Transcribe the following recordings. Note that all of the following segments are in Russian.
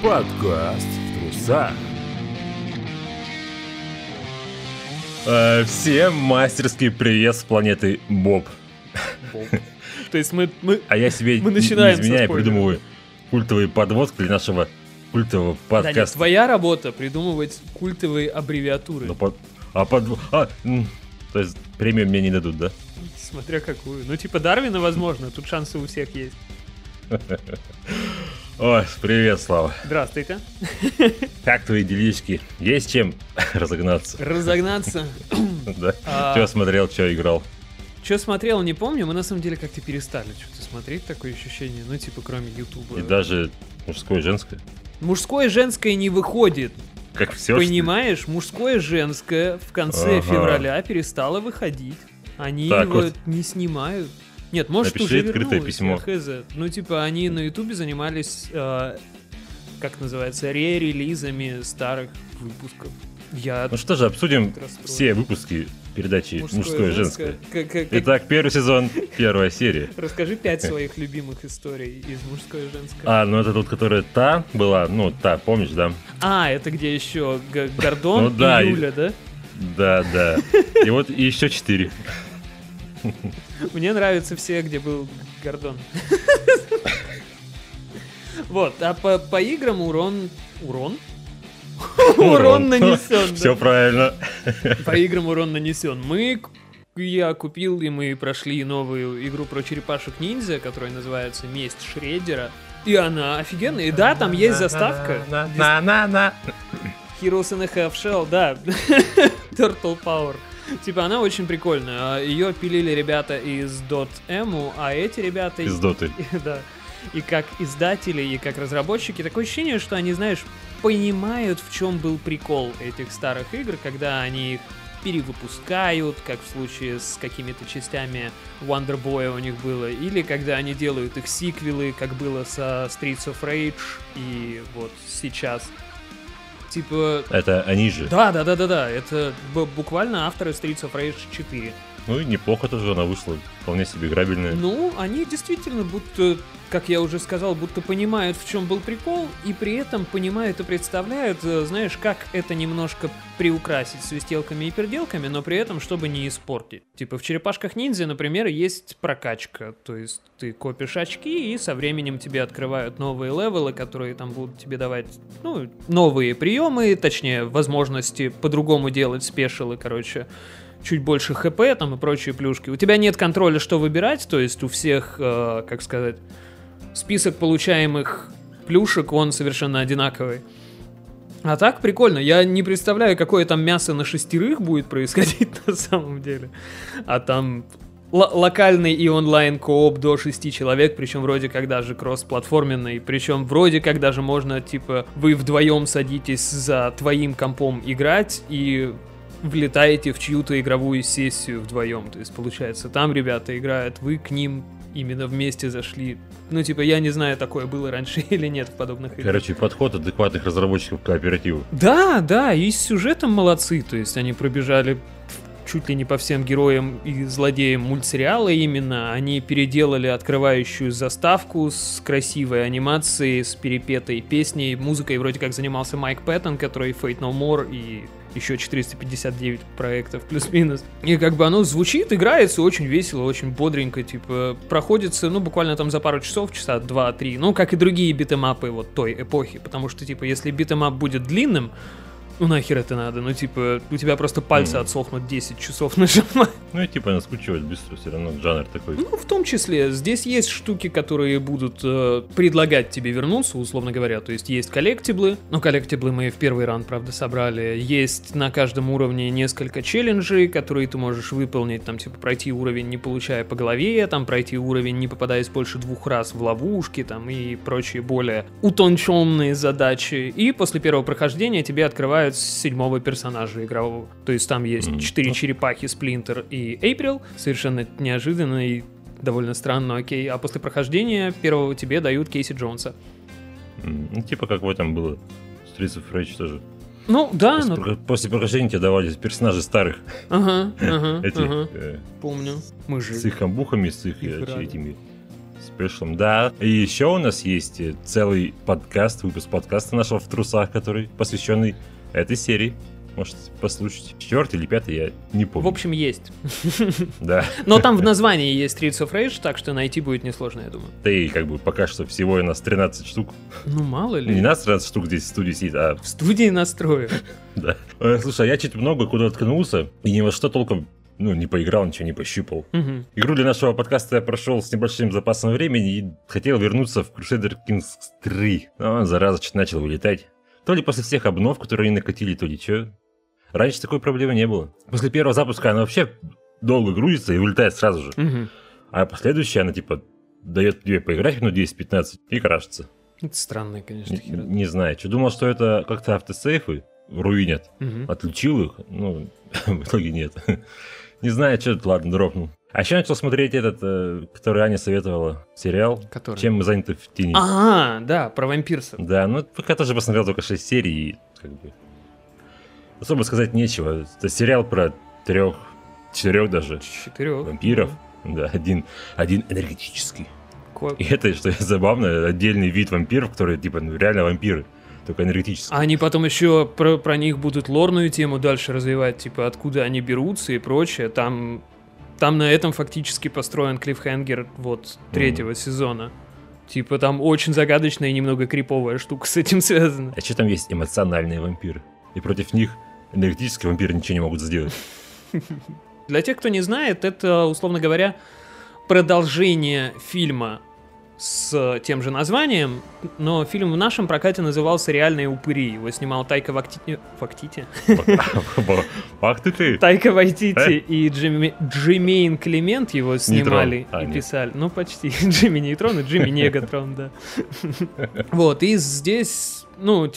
Подкаст в трусах. Всем мастерский привет с планеты Боб. То есть мы я себе мы не начинаем изменяя придумываю культовые подводки для нашего культового Да нет, подкаста. твоя работа придумывать культовые аббревиатуры. То есть премию мне не дадут, да? Смотря какую. Ну типа Дарвина, возможно, тут шансы у всех есть. Ой, привет, Слава. Здравствуйте. Как твои делишки? Есть чем разогнаться? Разогнаться. Да. Что смотрел, что играл? Что смотрел, не помню. Мы на самом деле как-то перестали что-то смотреть, такое ощущение. Ну типа кроме Ютуба. И даже мужское и женское? Мужское и женское не выходит. Как все, Понимаешь, мужское и женское в конце февраля перестало выходить. Они Так его вот. не снимают. Нет, может, Напиши уже открытое вернулось, письмо. я хз. Ну, типа, они на Ютубе занимались, как называется, ре-релизами старых выпусков. Я Ну что же, обсудим расстроен. все выпуски передачи «Мужское и женское». Как- Итак, первый сезон, первая серия. Расскажи 5 своих любимых историй из «Мужское и женское». Ну это тут, которая та была, помнишь, да? Это где еще Гордон Ну да, и и- Юля, да? Да. И вот еще 4. Мне нравятся все, где был Гордон. Вот, а по играм урон... Урон нанесен. Все правильно. По играм урон нанесен. Я купил и мы прошли новую игру про черепашек-ниндзя, которая называется «Месть Шреддера». И она офигенная. И да, там есть заставка. Heroes in a Half Shell, да. Turtle Power. Типа она очень прикольная. Ее пилили ребята из Dotemu, а эти ребята... Из Доты. Да. И как издатели, и как разработчики, такое ощущение, что они, знаешь, понимают, в чем был прикол этих старых игр, когда они их перевыпускают, как в случае с какими-то частями Wonder Boy у них было, или когда они делают их сиквелы, как было со Streets of Rage и вот сейчас. Типа... Это они же. Да, это буквально авторы Streets of Rage 4. Ну и неплохо тоже она вышла. Вполне себе играбельная. Ну, они действительно будто, как я уже сказал, будто понимают, в чем был прикол, и при этом понимают и представляют, знаешь, как это немножко приукрасить свистелками и переделками, но при этом, чтобы не испортить. Типа в черепашках ниндзя, например, есть прокачка, то есть ты копишь очки, и со временем тебе открывают новые левелы, которые там будут тебе давать, новые приемы, точнее, возможности по-другому делать спешилы, чуть больше хп там и прочие плюшки. У тебя нет контроля, что выбирать, то есть у всех, список получаемых плюшек, он совершенно одинаковый. А так прикольно, я не представляю, какое там мясо на 6 будет происходить на самом деле. А там локальный и онлайн кооп до 6 человек, причем вроде как даже кросс-платформенный, причем вроде как даже можно, типа, вы вдвоем садитесь за твоим компом играть и влетаете в чью-то игровую сессию вдвоем. То есть, получается, там ребята играют, вы к ним именно вместе зашли. Я не знаю, такое было раньше или нет в подобных играх. Подход адекватных разработчиков кооператива. Да, и с сюжетом молодцы. То есть, они пробежали чуть ли не по всем героям и злодеям мультсериала именно. Они переделали открывающую заставку с красивой анимацией, с перепетой песней, музыкой. Вроде как занимался Майк Пэттон, который Fate No More и еще 459 проектов плюс-минус. И оно звучит, играется очень весело, очень бодренько, проходится, буквально там за пару часов, часа 2-3, как и другие битэмапы вот той эпохи, потому что, если битэмап будет длинным, нахер это надо, у тебя просто пальцы отсохнут 10 часов нажимать. Наскучивать быстро, все равно жанр такой. В том числе, здесь есть штуки, которые будут предлагать тебе вернуться, условно говоря, то есть коллектиблы, коллектиблы мы в первый раунд, правда, собрали, есть на каждом уровне несколько челленджей, которые ты можешь выполнить, пройти уровень, не получая по голове, пройти уровень, не попадаясь больше 2 раз в ловушки, и прочие более утонченные задачи, и после первого прохождения тебе открывают 7-го персонажа игрового. То есть там есть 4 черепахи, Сплинтер и Эйприл. Совершенно неожиданно и довольно странно, окей. А после прохождения первого тебе дают Кейси Джонса. Как в этом было. Streets of Rage тоже. После прохождения тебе давали персонажи старых. Ага. Помню. Мы же с их камбухами, с их их этими спешлом, да. И еще у нас есть целый подкаст, выпуск подкаста нашего в трусах, который посвященный этой серии. Можете послушать. 4-й или 5-й, я не помню. В общем, есть. Да. Но там в названии есть Streets of Rage, так что найти будет несложно, я думаю. Да и как бы пока что всего у нас 13 штук. Ну, мало ли. Не нас 13 штук здесь в студии сидит, а... В студии настрою. Да. Слушай, я чуть много куда ткнулся, и ни во что толком, не поиграл, ничего не пощупал. Игру для нашего подкаста я прошел с небольшим запасом времени и хотел вернуться в Crusader Kings 3. Но, зараза, что-то начал вылетать. То ли после всех обнов, которые они накатили, то ли что. Раньше такой проблемы не было. После первого запуска она вообще долго грузится и вылетает сразу же. А последующая она типа дает тебе поиграть минут 10-15 и крашится. Это странно, конечно, херня. Не знаю, что думал, что это как-то автосейфы руинят. Отключил их, в итоге нет. Не знаю, что это, ладно, дропнул. А еще начал смотреть этот, который Аня советовала, сериал. Который? «Чем мы заняты в тени». Да, про вампирсов. Да, пока тоже посмотрел только 6 серий и как бы... Особо сказать нечего. Это сериал про 3-4 даже. 4 вампиров. Да, один энергетический. И это, что забавно, отдельный вид вампиров, которые типа реально вампиры. Только энергетические. А они потом еще про них будут лорную тему дальше развивать, типа откуда они берутся и прочее. Там на этом фактически построен клиффхенгер вот 3-го сезона. Типа там очень загадочная и немного криповая штука с этим связана. А что там есть эмоциональные вампиры? И против них энергетические вампиры ничего не могут сделать. Для тех, кто не знает, это, условно говоря, продолжение фильма с тем же названием, но фильм в нашем прокате назывался «Реальные упыри». Его снимал Тайка Вайтити. Тайка Вайтити и Джимейн Клемент его снимали и писали. Ну, почти. Джимми Нейтрон и Джимми Негатрон, да. Вот, и здесь,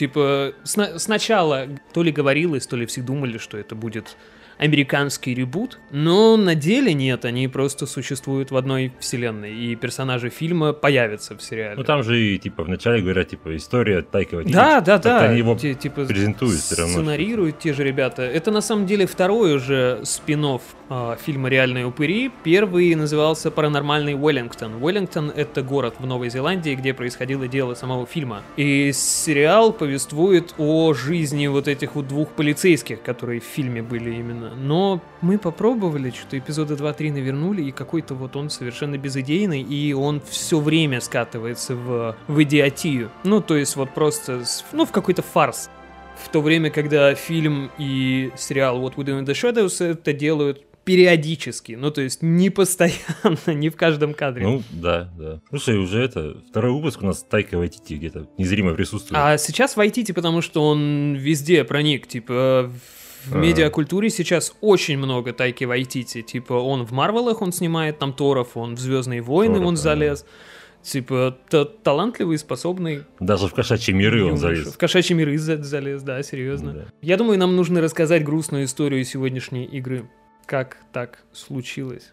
сначала то ли говорилось, то ли все думали, что это будет американский ребут, но на деле нет, они просто существуют в одной вселенной, и персонажи фильма появятся в сериале. Там же и вначале говорят, история Тайка Вайтити. Да. Они его презентуют все равно. Сценарируют те же ребята. Это на самом деле второй уже спин-офф фильма «Реальные упыри». Первый назывался «Паранормальный Уэллингтон». Уэллингтон — это город в Новой Зеландии, где происходило дело самого фильма. И сериал повествует о жизни вот этих вот 2 полицейских, которые в фильме были именно. Но мы попробовали, что-то эпизода 2-3 навернули, и какой-то вот он совершенно безыдейный, и он все время скатывается в идиотию. То есть вот просто, в какой-то фарс. В то время, когда фильм и сериал What We Do in the Shadows это делают периодически, то есть не постоянно, не в каждом кадре. Да. Слушай, уже второй выпуск у нас Тайка Вайтити где-то незримо присутствует. А сейчас Вайтити, потому что он везде проник, в медиакультуре сейчас очень много Тайки Вайтити. Он в Марвелах он снимает, там Торов, он в Звездные войны он залез. Талантливый, способный. Даже в кошачьи миры он залез. В кошачьи миры залез, да, серьезно. Да. Я думаю, нам нужно рассказать грустную историю сегодняшней игры. Как так случилось?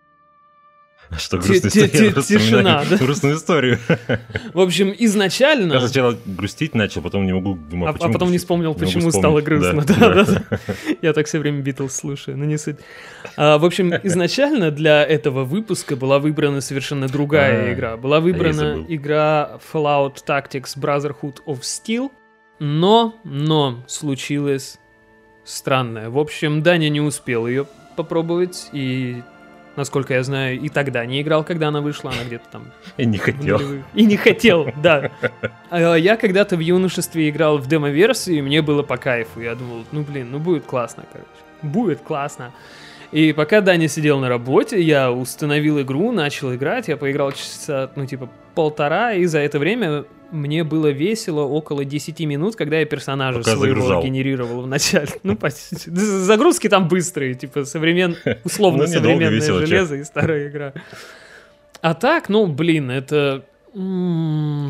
Что грустная история? Тишина, да? Грустную историю. В общем, изначально... Я сначала грустить начал, потом не могу... Думаю, а потом не вспомнил, почему стало грустно. Да. Я так все время Битлз слушаю, но не суть. В общем, изначально для этого выпуска была выбрана совершенно другая игра. Была выбрана игра Fallout Tactics Brotherhood of Steel, но случилось странное. В общем, Даня не успел ее попробовать, и... Насколько я знаю, и тогда не играл, когда она вышла, она где-то там... И не хотел. И не хотел, да. Я когда-то в юношестве играл в демо-версии, и мне было по кайфу. Я думал, будет классно, Будет классно. И пока Даня сидел на работе, я установил игру, начал играть, я поиграл часа, 1,5, и за это время мне было весело около 10 минут, когда я персонажа пока своего загружал. Генерировал в начале. Загрузки там быстрые, условно современное железо и старая игра. А так, это...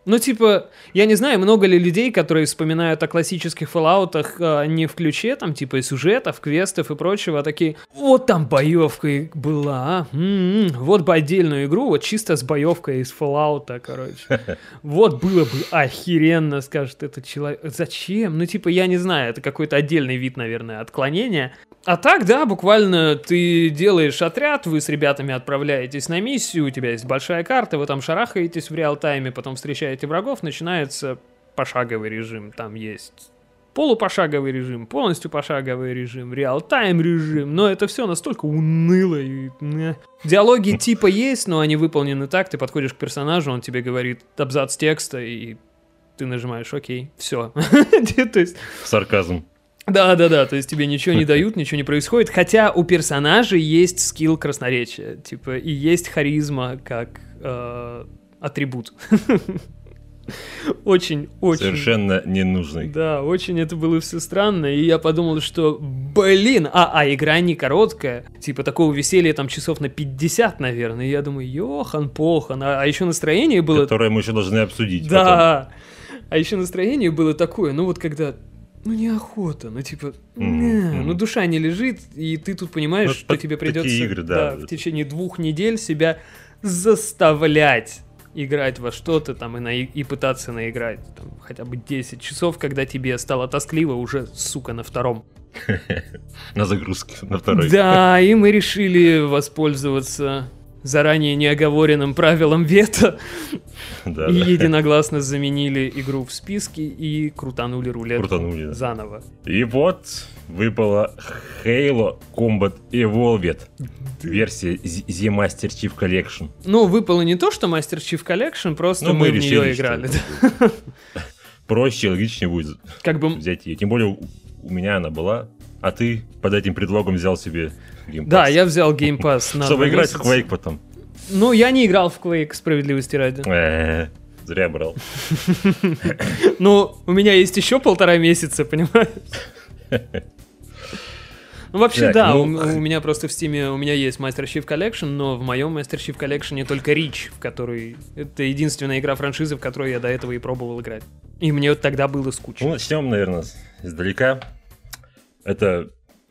Ну, типа, я не знаю, много ли людей, которые вспоминают о классических Fallout'ах не в ключе, там, типа, сюжетов, квестов и прочего, а такие, вот там боевка была, вот бы отдельную игру, вот чисто с боевкой из Fallout'а, короче. Вот было бы охеренно, скажет этот человек. Зачем? Ну, типа, я не знаю, это какой-то отдельный вид, наверное, отклонения. А так, да, буквально ты делаешь отряд, вы с ребятами отправляетесь на миссию, у тебя есть большая карта, вы там шарахаетесь в реал-тайме, потом встречаете врагов, начинается пошаговый режим. Там есть полупошаговый режим, полностью пошаговый режим, реал-тайм режим, но это все настолько уныло. И... Диалоги типа есть, но они выполнены так, ты подходишь к персонажу, он тебе говорит абзац текста, и ты нажимаешь «Окей», все. Сарказм. Да, то есть тебе ничего не дают, ничего не происходит, хотя у персонажей есть скилл красноречия, типа, и есть харизма как атрибут. Очень. Совершенно ненужный. Да, очень это было все странно, и я подумал, что, блин, игра не короткая, типа, такого веселья там часов на 50, наверное, и я думаю, йохан-похан, а еще настроение было... Которое мы еще должны обсудить. Да, потом. А еще настроение было такое, ну вот когда... Ну, неохота, ну, типа, ну, душа не лежит, и ты тут понимаешь, что тебе придется игры, да, в течение 2 недель себя заставлять играть во что-то там и пытаться наиграть там, хотя бы 10 часов, когда тебе стало тоскливо уже, сука, на 2-м. На загрузке, на 2-й. Да, и мы решили воспользоваться заранее неоговоренным правилом вето. И единогласно заменили игру в списке и крутанули рулетку заново. И вот выпала Halo Combat Evolved. Версия The Master Chief Collection. Ну, выпало не то, что Master Chief Collection, просто мы в нее играли. Проще и логичнее будет взять ее. Тем более у меня она была, а ты под этим предлогом взял себе Game Pass. Да, я взял Game Pass на чтобы играть в Quake потом. Ну, я не играл в Quake, справедливости ради. Зря брал. Ну, у меня есть еще 1,5 месяца, понимаешь? Ну, вообще, да, у меня просто в Steam, у меня есть Master Chief Collection, но в моем Master Chief Collection только Reach, в который... Это единственная игра франшизы, в которую я до этого и пробовал играть. И мне вот тогда было скучно. Ну, начнем, наверное, издалека. Это...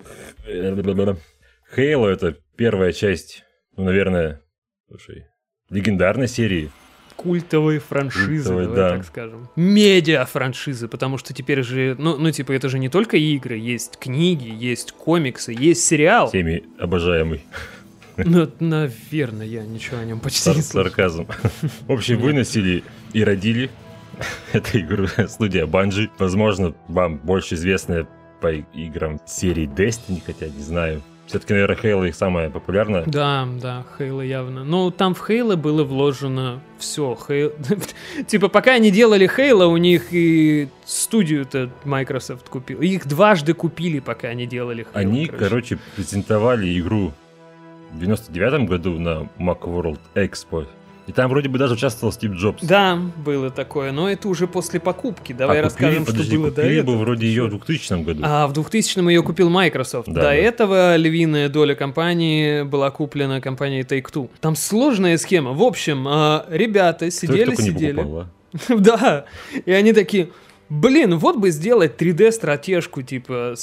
Halo — это первая часть, ну, наверное, легендарной серии. Культовые франшизы, давай так скажем. Медиа-франшизы, потому что теперь же, ну, типа, это же не только игры, есть книги, есть комиксы, есть сериал. Всеми обожаемый. Ну, наверное, я ничего о нем почти не слышал. Сарказм. В общем, выносили и родили эту игру студия Bungie. Возможно, вам больше известная по играм серии Destiny, хотя не знаю. Все-таки, наверное, Halo их самая популярная. Да, Halo явно. Но там в Halo было вложено все. Типа, пока они делали Halo, у них и студию-то Microsoft купил. Их дважды купили, пока они делали Halo. Они, короче, презентовали игру в 99-м году на Macworld Expo. И там вроде бы даже участвовал Стив Джобс. Да, было такое, но это уже после покупки. Давай расскажем, что было до этого. Был вроде ее в 2000 году. А в 2000-м ее купил Microsoft. До этого львиная доля компании была куплена компанией Take-Two. Там сложная схема. В общем, ребята сидели. Да, и они такие... Блин, вот бы сделать 3D-стратежку, типа,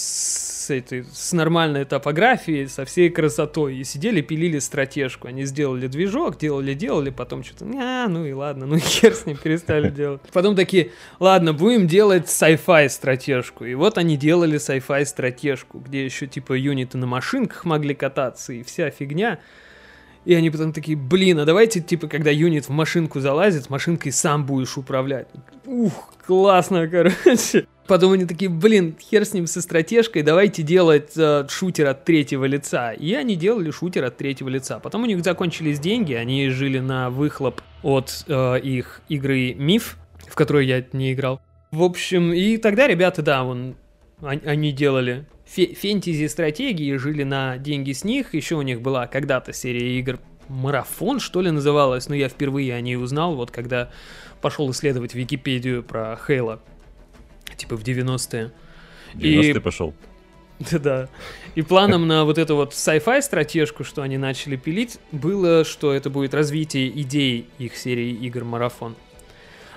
с нормальной топографией, со всей красотой. И сидели, пилили стратежку. Они сделали движок, делали, потом что-то, ну и ладно, ну и хер с ним, перестали делать. Потом такие, ладно, будем делать sci-fi стратежку. И вот они делали sci-fi стратежку, где еще, типа, юниты на машинках могли кататься и вся фигня. И они потом такие, блин, а давайте, типа, когда юнит в машинку залазит, машинкой сам будешь управлять. Ух, классно, короче. Потом они такие, блин, хер с ним со стратежкой, давайте делать шутер от 3-го лица. И они делали шутер от 3-го лица. Потом у них закончились деньги, они жили на выхлоп от их игры Миф, в которую я не играл. В общем, и тогда ребята, да, они делали... фэнтези-стратегии, жили на деньги с них. Еще у них была когда-то серия игр Марафон, что ли, называлась. Но я впервые о ней узнал, вот когда пошел исследовать Википедию про Halo. Типа в 90-е. 90-е пошел. Да. И планом на вот эту вот sci-fi стратежку, что они начали пилить, было, что это будет развитие идей их серии игр Марафон.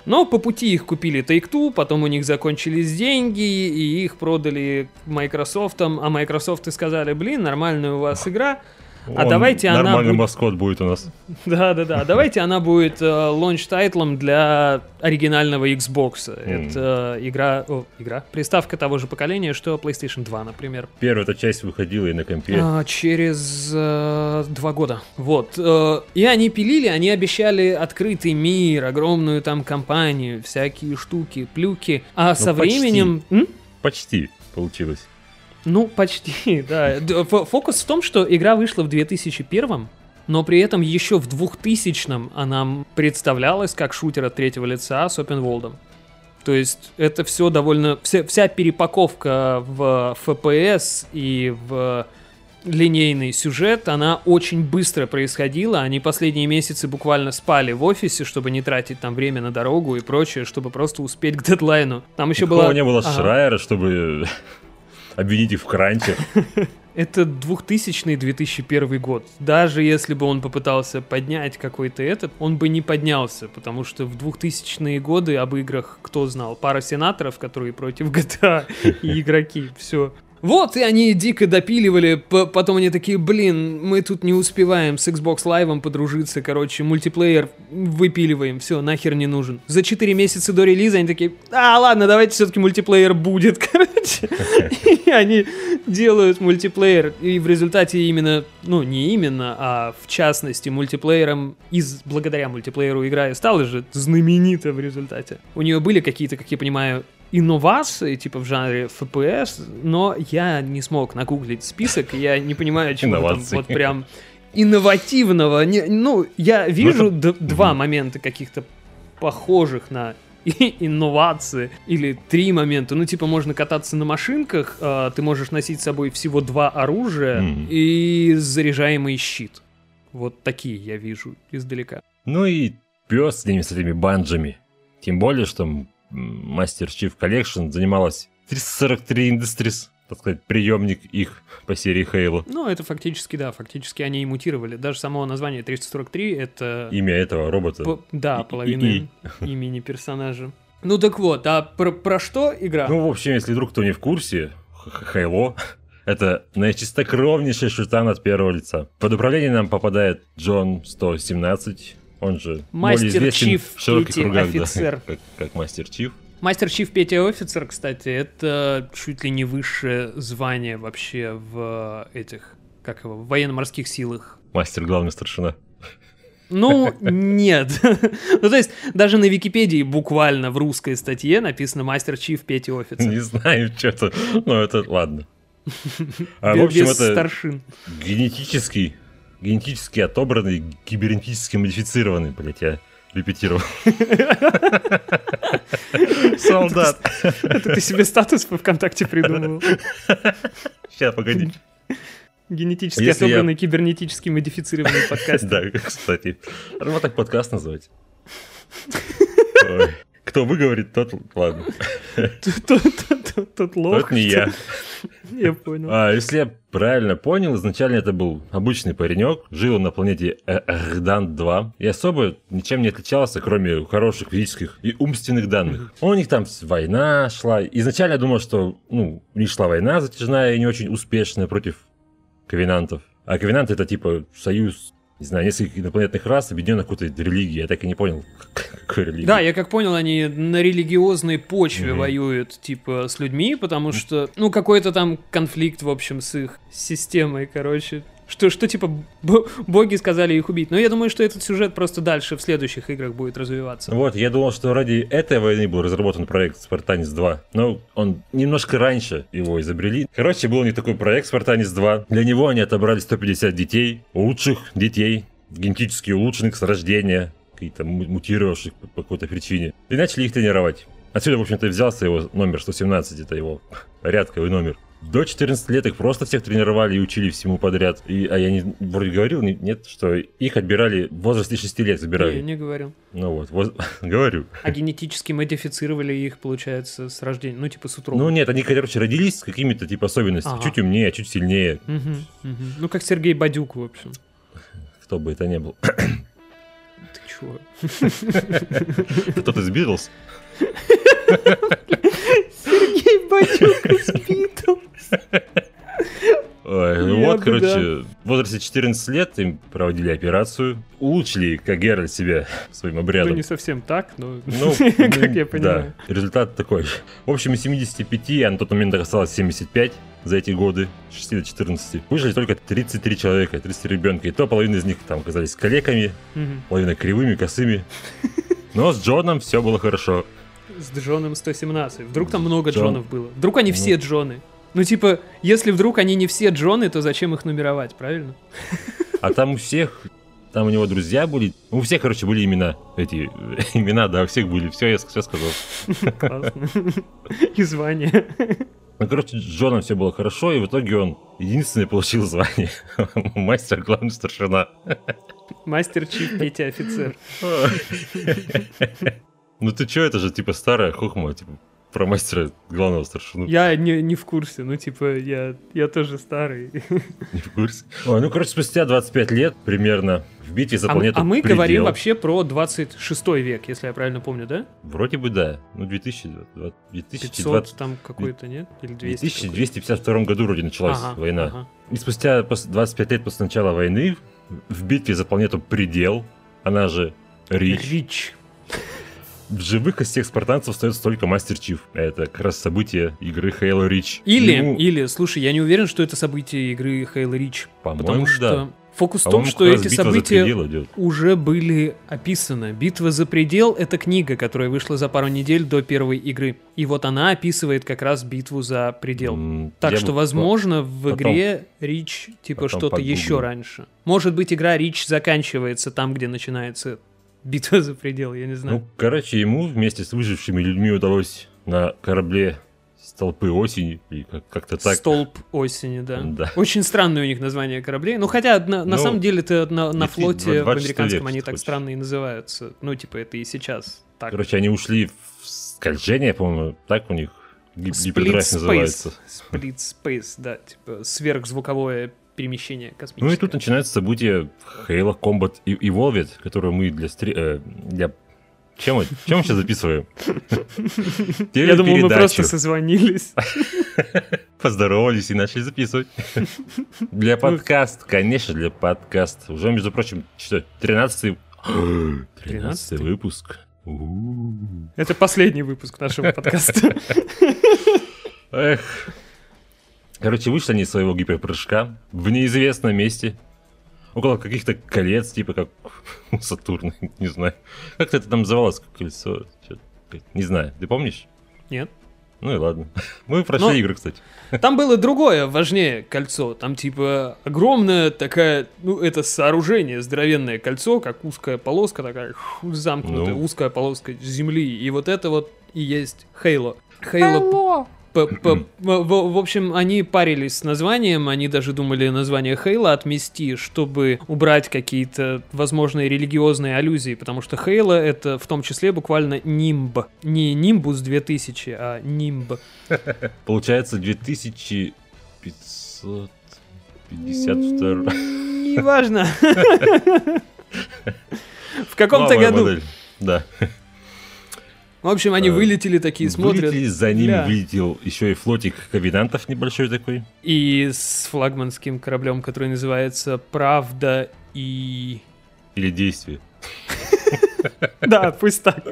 Но по пути их купили Take-Two, потом у них закончились деньги, и их продали Microsoft, а Microsoft сказали, блин, нормальная у вас игра, а давайте она... Нормальный маскот будет у нас. Да-да-да, давайте она будет лонч-тайтлом для оригинального Xbox. Это игра, приставка того же поколения, что PlayStation 2, например. Первая эта часть выходила и на компе. Через 2 года. Вот. И они пилили, они обещали открытый мир, огромную там компанию, всякие штуки, плюки. А со временем... Почти получилось. Ну, почти, да. Фокус в том, что игра вышла в 2001, но при этом еще в 2000-м она представлялась как шутер от третьего лица с open world. То есть это все довольно... Вся перепаковка в FPS и в линейный сюжет, она очень быстро происходила. Они последние месяцы буквально спали в офисе, чтобы не тратить там время на дорогу и прочее, чтобы просто успеть к дедлайну. Там еще было... не было Шрайера, чтобы... обвинить их в кранче. Это 2000-2001 год. Даже если бы он попытался поднять какой-то он бы не поднялся, потому что в 2000-е годы об играх кто знал? Пара сенаторов, которые против GTA, и игроки, все. Вот, и они дико допиливали, потом они такие, блин, мы тут не успеваем с Xbox Live подружиться, короче, мультиплеер выпиливаем, все, нахер не нужен. За 4 месяца до релиза они такие, ладно, давайте все-таки мультиплеер будет, короче. И они делают мультиплеер, и в результате именно, не именно, а в частности мультиплеером, благодаря мультиплееру игра и стала же знаменита в результате. У нее были какие-то, как я понимаю, инновации, типа в жанре FPS, но я не смог нагуглить список, я не понимаю, чего там вот прям инновативного. Я вижу два момента каких-то похожих на инновации, или 3 момента. Можно кататься на машинках, ты можешь носить с собой всего 2 оружия и заряжаемый щит. Вот такие я вижу издалека. Ну и пес с этими банджами. Тем более, что Master Chief Collection занималась 343 Industries, так сказать, приемник их по серии Halo. Это фактически они и мутировали. Даже само название 343 — это... имя этого робота. Половина имени персонажа. Так вот, а про что игра? В общем, если вдруг кто не в курсе, Halo — это наичистокровнейший шутан от первого лица. Под управление нам попадает Джон 117, он же более известен в широких кругах, как Мастер Чиф. Мастер Чиф Петя Офицер, кстати, это чуть ли не высшее звание вообще в в военно-морских силах. Мастер главный старшина. Нет. То есть, даже на Википедии буквально в русской статье написано Мастер Чиф Петя Офицер. Не знаю, что-то, это ладно. В общем, это старшин. Генетически отобранный, кибернетически модифицированный, я репетировал. Солдат. Это ты себе статус в ВКонтакте придумал? Сейчас, погоди. Генетически отобранный, кибернетически модифицированный подкаст. Да, кстати. Можно так подкаст назвать. Кто выговорит, тот ладно. Тот лох. Тот не я. Я понял. Если я правильно понял, изначально это был обычный паренек, жил на планете Эрдан-2 и особо ничем не отличался, кроме хороших физических и умственных данных. У них там война шла. Изначально я думал, что у них шла война затяжная и не очень успешная против ковенантов. А ковенанты — это типа союз, не знаю, нескольких инопланетных рас, объединенных какой-то религией. Я так и не понял, какой религии. Да, я как понял, они на религиозной почве воюют, типа, с людьми, потому что, какой-то там конфликт, в общем, с их системой, короче. Что типа, боги сказали их убить. Но я думаю, что этот сюжет просто дальше в следующих играх будет развиваться. Вот, я думал, что ради этой войны был разработан проект «Спартанец 2». Но он немножко раньше его изобрели. Короче, был у них такой проект «Спартанец 2». Для него они отобрали 150 детей, лучших детей, генетически улучшенных с рождения, какие-то мутировавших по какой-то причине. И начали их тренировать. Отсюда, в общем-то, взялся его номер 117, это его порядковый номер. До 14 лет их просто всех тренировали и учили всему подряд. Я вроде говорил, нет, что их отбирали в возрасте 6 лет забирали. Не говорил. Говорю. А генетически модифицировали их, получается, с рождения, типа с утробы. Нет, они, родились с какими-то типа особенностями. Чуть умнее, чуть сильнее. Как Сергей Бадюк, в общем. Кто бы это ни был. Ты чего? Кто-то из Битлз? Сергей Бадюк из Битлз. Ой, вот, короче, в возрасте 14 лет им проводили операцию, улучшили, как Геральт, себя своим обрядом. Ну, не совсем так, но как я понимаю. Да, результат такой. В общем, из 75, а на тот момент осталось 75 за эти годы, с 6 до 14. Выжили только 33 человека, 33 ребенка. И то половина из них там оказались калеками, половина кривыми, косыми. Но с Джоном все было хорошо. С Джоном 117. Вдруг там много Джонов было. Вдруг они все Джоны. Ну, типа, если вдруг они не все Джоны, то зачем их нумеровать, правильно? А там у всех, там у него друзья были. У всех, короче, были имена. Эти имена, да, у всех были. Все, я все сказал. Классно. И звание. Ну, короче, с Джоном все было хорошо, и в итоге он единственный получил звание. Мастер, главный старшина. Мастер Чиф, Петя офицер. Ну ты чё, это же типа старая хохма, типа про мастера главного старшину. Я не в курсе, ну типа я тоже старый. Не в курсе? Ой, ну короче, спустя 25 лет примерно в битве за планету А мы Предел. говорим вообще про 26 век, если я правильно помню, да? Вроде бы да. Ну 2020... 500 там какой-то, нет? Или 200? В 2252 году вроде началась война. Ага. И спустя 25 лет после начала войны в битве за планету Предел, она же Рич. В живых из всех спартанцев остается только Мастер Чиф. Это как раз событие игры Halo Reach. Или, слушай, я не уверен, что это событие игры Halo Reach. По-моему, потому что да. Фокус в том, что эти события уже были описаны. «Битва за предел» — это книга, которая вышла за пару недель до первой игры. И вот она описывает как раз битву за предел. Так что, возможно, в игре Рич типа что-то еще раньше. Может быть, игра Рич заканчивается там, где начинается битва за предел, я не знаю. Ну, короче, ему вместе с выжившими людьми удалось на корабле Столпы осени, или как-то так. Столб осени, да. Очень странное у них название кораблей. Ну, хотя на самом деле-то на флоте в американском они так странно и называются. Ну, типа, это и сейчас так. Короче, они ушли в скольжение, по-моему, так у них гипердрайв называется. Split Space, да, типа сверхзвуковое перемещение космическое. Ну и тут начинается событие Halo Combat Evolved, которое мы для Чем мы сейчас записываем? Я думал, мы просто созвонились. Поздоровались и начали записывать. Для подкаста, конечно, для подкаста. Уже, между прочим, 13-й выпуск. Это последний выпуск нашего подкаста. Эх. Короче, вышли они из своего гиперпрыжка в неизвестном месте. Около каких-то колец, типа как у Сатурна, не знаю. Как-то это там называлось, как кольцо. Не знаю, ты помнишь? Нет. Ну и ладно. Мы прошли игры, кстати. Там было другое, важнее кольцо. Там типа огромное такая, ну это сооружение, здоровенное кольцо, как узкая полоска такая, замкнутая, узкая полоска земли. И вот это вот и есть Halo. В общем, они парились с названием, они даже думали название Halo отмести, чтобы убрать какие-то возможные религиозные аллюзии, потому что Halo — это в том числе буквально нимб. Не Nimbus 2000, а нимб. Получается 2552. Неважно. В каком-то году. Да. В общем, они вылетели такие, смотрят. Вылетели, за ними вылетел еще и флотик ковенантов небольшой такой. И с флагманским кораблем, который называется «Правда и...» Или «Действие». Да, пусть так.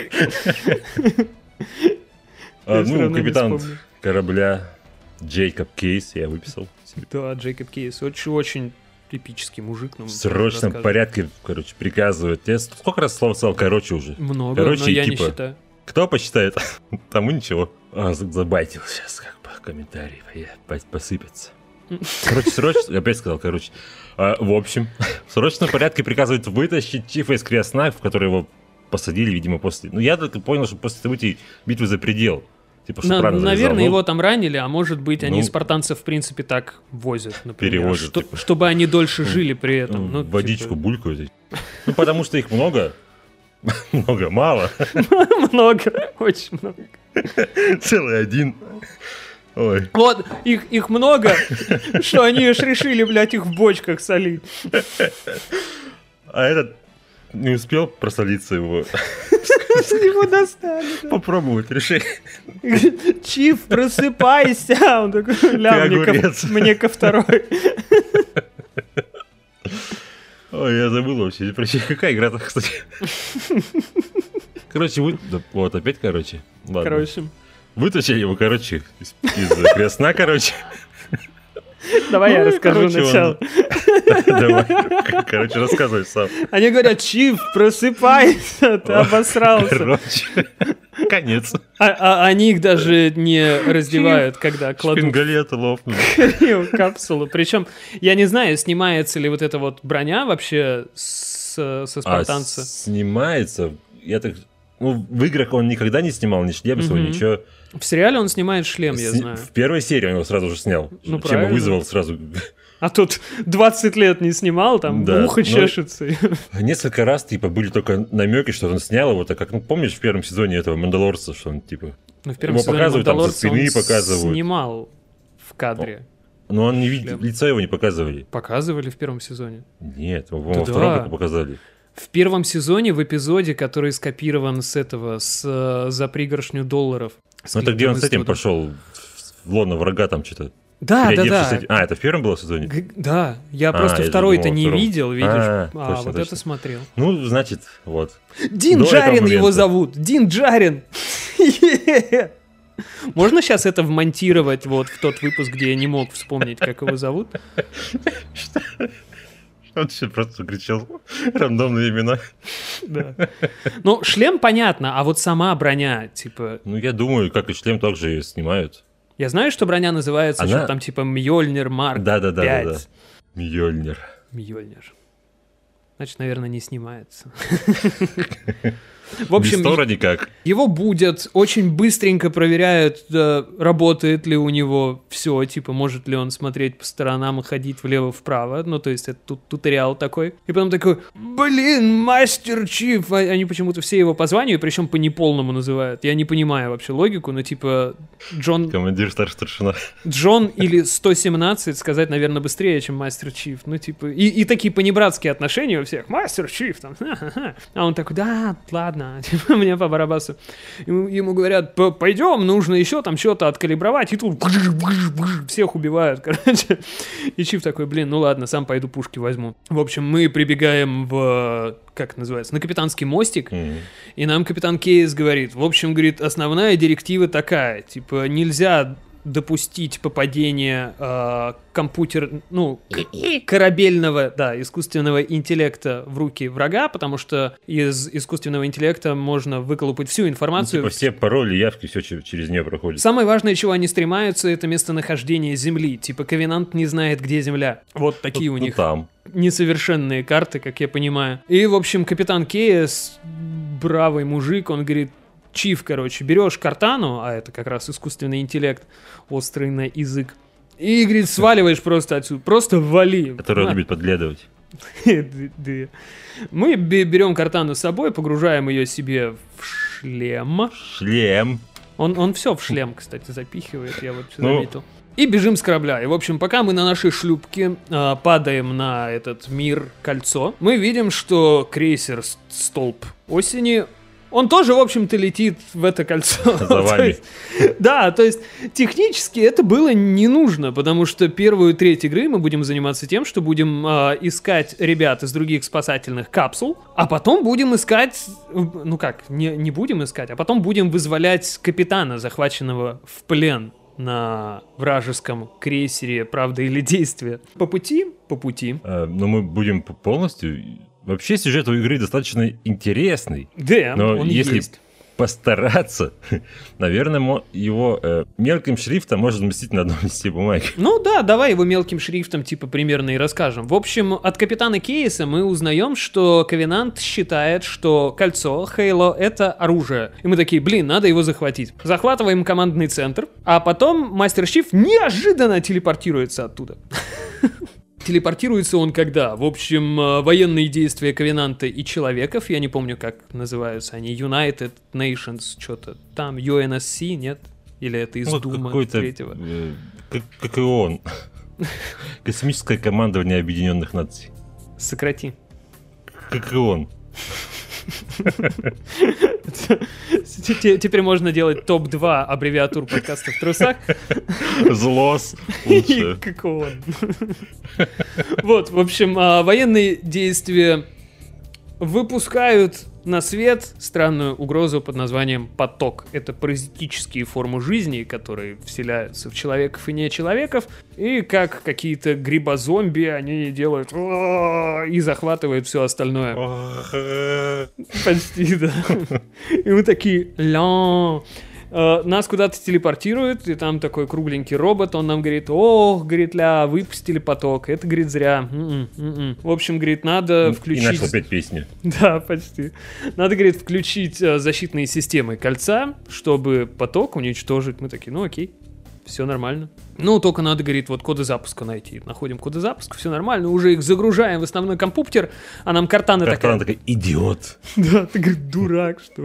Ну, капитан корабля Джейкоб Кейс я выписал. Да, Джейкоб Кейс. Очень эпический мужик. В срочном порядке, короче, приказывает. Я сколько раз слово сказал «короче» уже? Много, но я не считаю. Кто посчитает? Тому ничего. Забайтил сейчас, как бы, комментарии посыпятся. Короче, срочно... Опять сказал, короче. В общем, в срочном порядке приказывают вытащить Чифа из кресна, в который его посадили, видимо, после... Ну, я только понял, что после событий битвы за предел. Типа, наверное, его там ранили, а может быть, они спартанцев, в принципе, так возят, например. Перевозят. Чтобы они дольше жили при этом. Водичку булькают. Ну, потому что их много. Много, мало. Много, очень много. Целый один. Ой. Вот, их много, что они аж решили, блядь, их в бочках солить. А этот не успел просолиться его. Его достали. Попробовать, реши. Чиф, просыпайся! Он такой, мне ко второй. Ой, я забыл вообще. Какая игра-то, кстати? Короче, вот опять, короче. Ладно. Короче. Вытащили его, короче, из кресна, короче. Давай я расскажу начало. Давай, короче, рассказывай сам. Они говорят, Чиф, просыпайся, ты обосрался. Короче, конец. А они их даже не раздевают, когда кладут шпингалеты лопнули. в капсулу. Причем, я не знаю, снимается ли вот эта вот броня вообще со спартанца. Снимается. Я так... Ну, в играх он никогда не снимал ни шлем, ничего. В сериале он снимает шлем, я знаю. В первой серии он его сразу же снял. Ну, чем и вызвал сразу. А тут 20 лет не снимал, там ухо чешется. Несколько раз, типа, были только намеки, что он снял его, так как, ну, помнишь, в первом сезоне этого Мандалорца, что он, типа, в первом сезоне показывают, там, со Мандалорца спины он показывают. снимал в кадре. Но он не видел, лицо его не показывали. Показывали в первом сезоне? Нет, во втором только показали. В первом сезоне, в эпизоде, который скопирован с этого, за пригоршню $. Ну, это где он с этим пошел в лоно врага, там что-то. Да. Это в первом было сезоне? Да, я просто второй-то не видел, видишь? Вот это смотрел. Ну, значит, вот. Дин Джарин его зовут, Дин Джарин. Можно сейчас это вмонтировать вот в тот выпуск, где я не мог вспомнить, как его зовут? Он сейчас просто кричал рандомные имена. Да. Ну, шлем понятно, а вот сама броня, типа... Ну, я думаю, как и шлем, также ее снимают. Я знаю, что броня называется, что там типа Мьёльнир Марк 5. Да. Мьёльнир. Значит, наверное, не снимается. В общем, без Тора никак. Его будят, очень быстренько проверяют, работает ли у него все, типа, может ли он смотреть по сторонам и ходить влево-вправо. Ну, то есть, это туториал такой. И потом такой, блин, Мастер Чиф. Они почему-то все его по званию, причем по неполному называют. Я не понимаю вообще логику, но типа Джон... Командир старшина. Джон или 117 сказать, наверное, быстрее, чем Мастер Чиф. Ну, типа, и такие понебратские отношения у всех. Мастер Чиф, там, ха-ха-ха. А он такой, да, ладно. Типа, мне по барабасу. Ему говорят, пойдем, нужно еще там что-то откалибровать, и тут всех убивают, короче. И Чиф такой, блин, ну ладно, сам пойду пушки возьму. В общем, мы прибегаем в, как это называется, на капитанский мостик, и нам капитан Кейс говорит, в общем, говорит, основная директива такая, типа, нельзя допустить попадение корабельного, искусственного интеллекта в руки врага, потому что из искусственного интеллекта можно выколупать всю информацию. Ну, типа все пароли, явки, все через нее проходит. Самое важное, чего они стремаются, это местонахождение Земли. Типа Ковенант не знает, где Земля. Вот такие у них там несовершенные карты, как я понимаю. И, в общем, капитан Кейс, бравый мужик, он говорит, Чиф, короче, берешь картану, а это как раз искусственный интеллект, острый на язык, и, говорит, сваливаешь просто отсюда, просто вали. Который любит подглядывать. Мы берем картану с собой, погружаем ее себе в шлем. Он все в шлем, кстати, запихивает, я вот заметил. И бежим с корабля. И, в общем, пока мы на нашей шлюпке падаем на этот мир кольцо, мы видим, что крейсер Столб Осени, он тоже, в общем-то, летит в это кольцо. За вами. То есть, технически это было не нужно, потому что первую треть игры мы будем заниматься тем, что будем искать ребят из других спасательных капсул, а потом будем искать, не будем искать, а потом будем вызволять капитана, захваченного в плен на вражеском крейсере «Правда или действие». По пути. Но мы будем полностью... Вообще сюжет у игры достаточно интересный. Да, но он если есть. Постараться, наверное, его мелким шрифтом можно вместить на одном листе бумаги. Ну да, давай его мелким шрифтом типа примерно и расскажем. В общем, от капитана Кейса мы узнаем, что Ковенант считает, что кольцо Хейло — это оружие. И мы такие, блин, надо его захватить. Захватываем командный центр, а потом Мастер Чиф неожиданно телепортируется оттуда. Телепортируется он когда? В общем, военные действия Ковенанта и Человеков, я не помню, как называются они, United Nations, что-то там, UNSC, нет? Или это из Дума третьего? Как и он. Космическое командование Объединенных Наций. Сократи. Как и он. Теперь можно делать топ-2 аббревиатур подкастов в трусах. Злос лучше. Какого? Вот, в общем, военные действия выпускают на свет странную угрозу под названием поток. Это паразитические формы жизни, которые вселяются в человеков и нечеловеков, и как какие-то грибозомби они делают и захватывают все остальное. Почти, да. И мы такие, нас куда-то телепортируют, и там такой кругленький робот, он нам говорит, говорит, выпустили поток, это, говорит, зря. В общем, говорит, надо включить... И начал опять песню. Да, почти. Надо, говорит, включить защитные системы кольца, чтобы поток уничтожить. Мы такие, окей, все нормально. Только надо, говорит, вот коды запуска найти. Находим коды запуска, все нормально, уже их загружаем в основной компьютер, а нам Кортана такая... Кортана такая, идиот. Да, ты, говорит, дурак, что ли?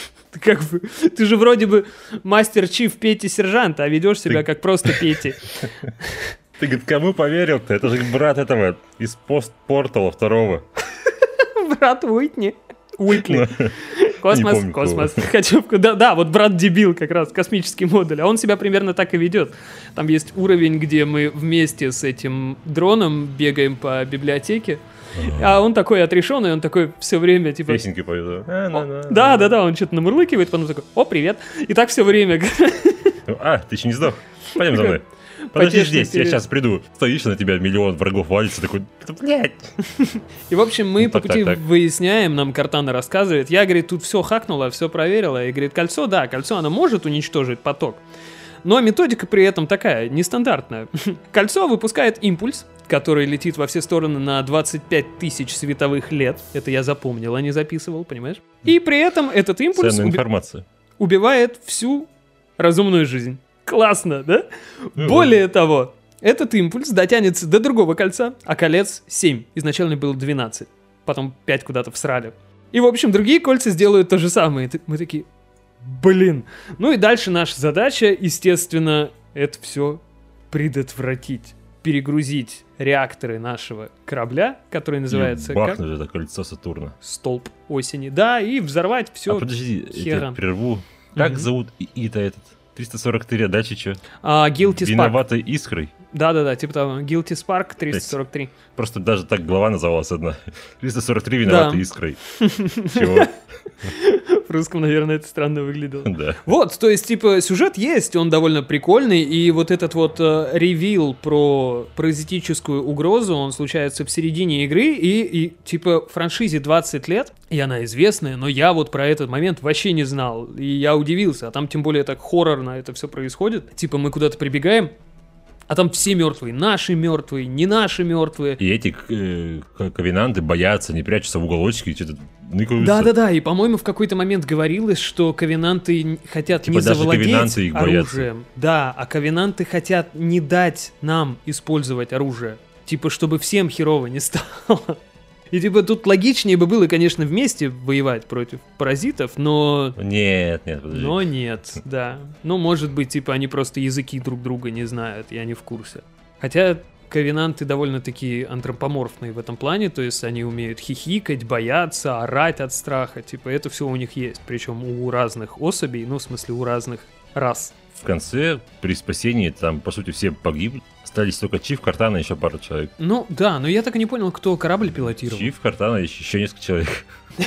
Ты же вроде бы мастер Чиф Пети Сержант, а ведешь себя как просто Пети. Ты, говорит, кому поверил-то? Это же брат этого из постпортала 2. Брат Уитни. Космос, помню, космос. Хочу... Да, вот брат-дебил как раз, космический модуль. А он себя примерно так и ведет. Там есть уровень, где мы вместе с этим дроном бегаем по библиотеке. А он такой отрешенный, он такой все время типа... Песенки поет. Да, он что-то намурлыкивает, потом такой, привет. И так все время. Ты еще не сдох? Пойдем за мной. Подожди здесь, я сейчас приду. Стоишь, на тебя миллион врагов валится, такой, блядь. И, в общем, мы по пути выясняем, нам Кортана рассказывает. Я, говорит, тут все хакнула, все проверила. И, говорит, кольцо, оно может уничтожить поток. Но методика при этом такая, нестандартная. Кольцо выпускает импульс, который летит во все стороны на 25 тысяч световых лет. Это я запомнил, а не записывал, понимаешь? И при этом этот импульс убивает всю разумную жизнь. Классно, да? Более того, этот импульс дотянется до другого кольца, а колец 7. Изначально было 12. Потом 5 куда-то всрали. И, в общем, другие кольца сделают то же самое. Мы такие, блин. И дальше наша задача, естественно, это все предотвратить. Перегрузить реакторы нашего корабля, который называется... Бахнуть это кольцо Сатурна. Столб осени. Да, и взорвать все. Подожди, я тебя прерву. Как зовут Ита этот? 343, дальше что? Guilty Spark. Виноватой искрой? Да, типа того. Guilty Spark 343. Просто даже так глава называлась одна. 343 виноватой искрой. Чего? В русском, наверное, это странно выглядело. Да. Вот, то есть, типа, сюжет есть, он довольно прикольный, и вот этот вот ревил про паразитическую угрозу, он случается в середине игры, и типа, франшизе 20 лет, и она известная, но я вот про этот момент вообще не знал, и я удивился, а там тем более так хоррорно это все происходит. Типа, мы куда-то прибегаем, а там все мертвые, наши мертвые, не наши мертвые. И эти ковенанты боятся, не прячутся в уголочке, что-то ныкаются. Да, и, по-моему, в какой-то момент говорилось, что ковенанты хотят типа не завладеть их оружием. боятся. Да, а ковенанты хотят не дать нам использовать оружие. Типа, чтобы всем херово не стало. И типа тут логичнее бы было, конечно, вместе воевать против паразитов, но... Нет, подожди. Но нет, да. Может быть, типа, они просто языки друг друга не знают, и они в курсе. Хотя ковенанты довольно-таки антропоморфные в этом плане, то есть они умеют хихикать, бояться, орать от страха, типа, это все у них есть. Причем у разных особей, в смысле, у разных рас. В конце, при спасении, там, по сути, все погибли. Остались только Чиф, Кортана и еще пара человек. Да, но я так и не понял, кто корабль пилотировал. Чиф, Кортана и еще несколько человек.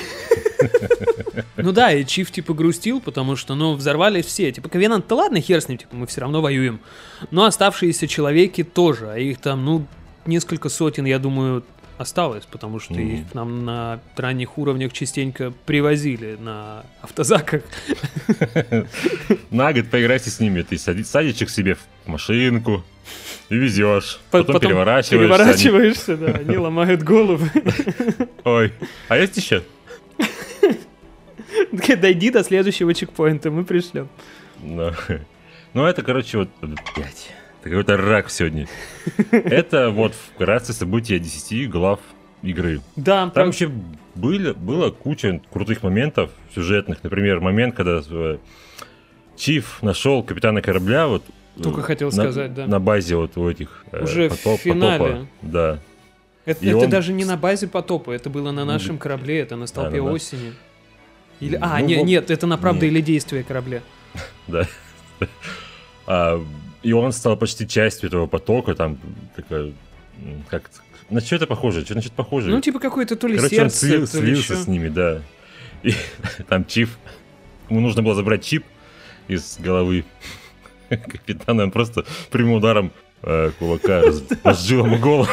И Чиф, типа, грустил, потому что, взорвались все. Типа, ковенант-то ладно, хер с ним, типа, мы все равно воюем. Но оставшиеся человеки тоже, а их там, несколько сотен, я думаю, осталось, потому что их к нам на ранних уровнях частенько привозили на автозаках. На год поиграйте с ними, ты садишь их себе в машинку и везешь, потом переворачиваешься, да, они ломают головы. Ой, а есть еще? Дойди до следующего чекпоинта, мы пришлем. Это, короче, вот, блядь. Это какой-то рак сегодня. Это вот вкратце события 10 глав игры. Да. Там вообще было куча крутых моментов сюжетных. Например, момент, когда Чиф нашел капитана корабля. Вот, только хотел сказать, да. На базе вот у этих уже в финале. Потопа. Да. Это даже не на базе потопа, это было на нашем корабле, это на столпе осени. Или... Ну, нет, это на правда нет. или действие корабле. Да. И он стал почти частью этого потока, там, такая, как... На что это похоже? Что значит похоже? Ну, типа какой-то то ли Короче, он сердце, то ли слился еще. с ними, да. И там Чиф. Ему нужно было забрать чип из головы капитана. Он просто прямым ударом кулака разжил ему голову.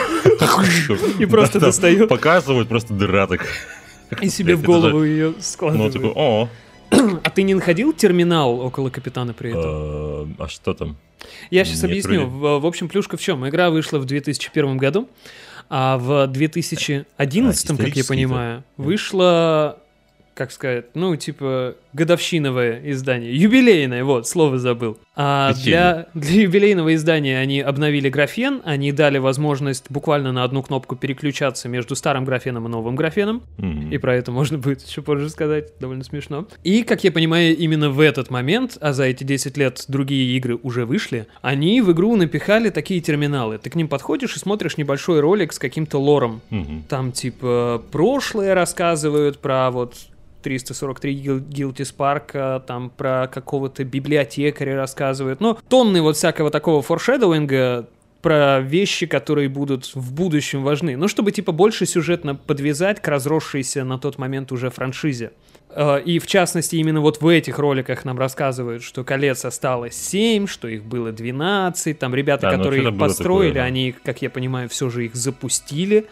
И просто Да, там достает. Показывают, просто дыра так. И себе в Это голову же- ее Ну, складывает. такой, о, А ты не находил терминал около капитана при этом? а что там? Я сейчас Нет, объясню. вроде. В общем, плюшка в чем? Игра вышла в 2001 году, а в 2011, как я исторический-то. понимаю, вышла, как сказать, ну, типа, годовщиновое издание. Юбилейное, вот, слово забыл. А Печенье. для юбилейного издания они обновили графен, они дали возможность буквально на одну кнопку переключаться между старым графеном и новым графеном. Мгм. И про это можно будет еще позже сказать, довольно смешно. И, как я понимаю, именно в этот момент, а за эти 10 лет другие игры уже вышли, они в игру напихали такие терминалы. Ты к ним подходишь и смотришь небольшой ролик с каким-то лором. Мгм. Там, типа, прошлое рассказывают про вот 343 Guilty Spark, там про какого-то библиотекаря рассказывают. Ну, тонны вот всякого такого форшедоуинга про вещи, которые будут в будущем важны. Ну, чтобы, типа, больше сюжетно подвязать к разросшейся на тот момент уже франшизе. И, в частности, именно вот в этих роликах нам рассказывают, что колец осталось 7, что их было 12. Там ребята, Да, ну, которые что-то их было построили, такое, да. они, как я понимаю, все же их запустили.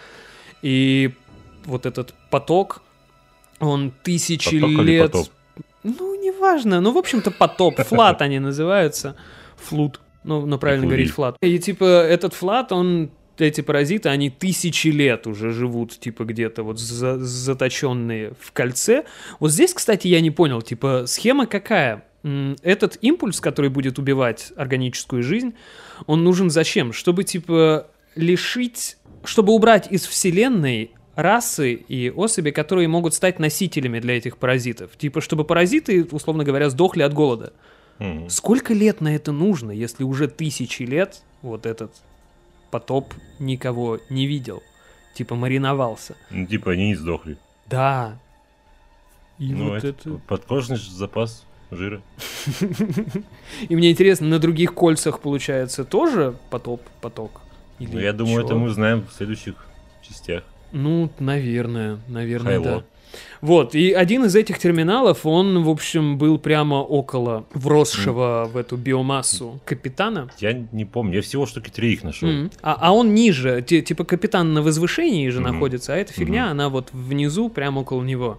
И вот этот поток, он тысячи Поток или лет... потоп? Ну, неважно. Ну, в общем-то, потоп. Флат они называются. Флут. Ну, правильно Флуи. говорить флат. И, типа, этот флат, он... Эти паразиты, они тысячи лет уже живут, типа, где-то вот заточенные в кольце. Вот здесь, кстати, я не понял, типа, схема какая? Этот импульс, который будет убивать органическую жизнь, он нужен зачем? Чтобы, типа, лишить... Чтобы убрать из вселенной расы и особи, которые могут стать носителями для этих паразитов. Типа, чтобы паразиты, условно говоря, сдохли от голода. Мгм. Сколько лет на это нужно, если уже тысячи лет вот этот потоп никого не видел? Типа, мариновался. Ну, типа, они не сдохли. Да. И Ну, вот это это... подкожный запас жира. И мне интересно, на других кольцах, получается, тоже поток? Или Ну, я думаю, чё? это мы узнаем в следующих частях. Ну, наверное, да. Хайло. Вот, и один из этих терминалов, он, в общем, был прямо около вросшего в эту биомассу капитана. Я не помню, я всего штуки 3 их нашел. А он ниже, типа капитан на возвышении же Мгм. находится, а эта фигня, она вот внизу, прямо около него.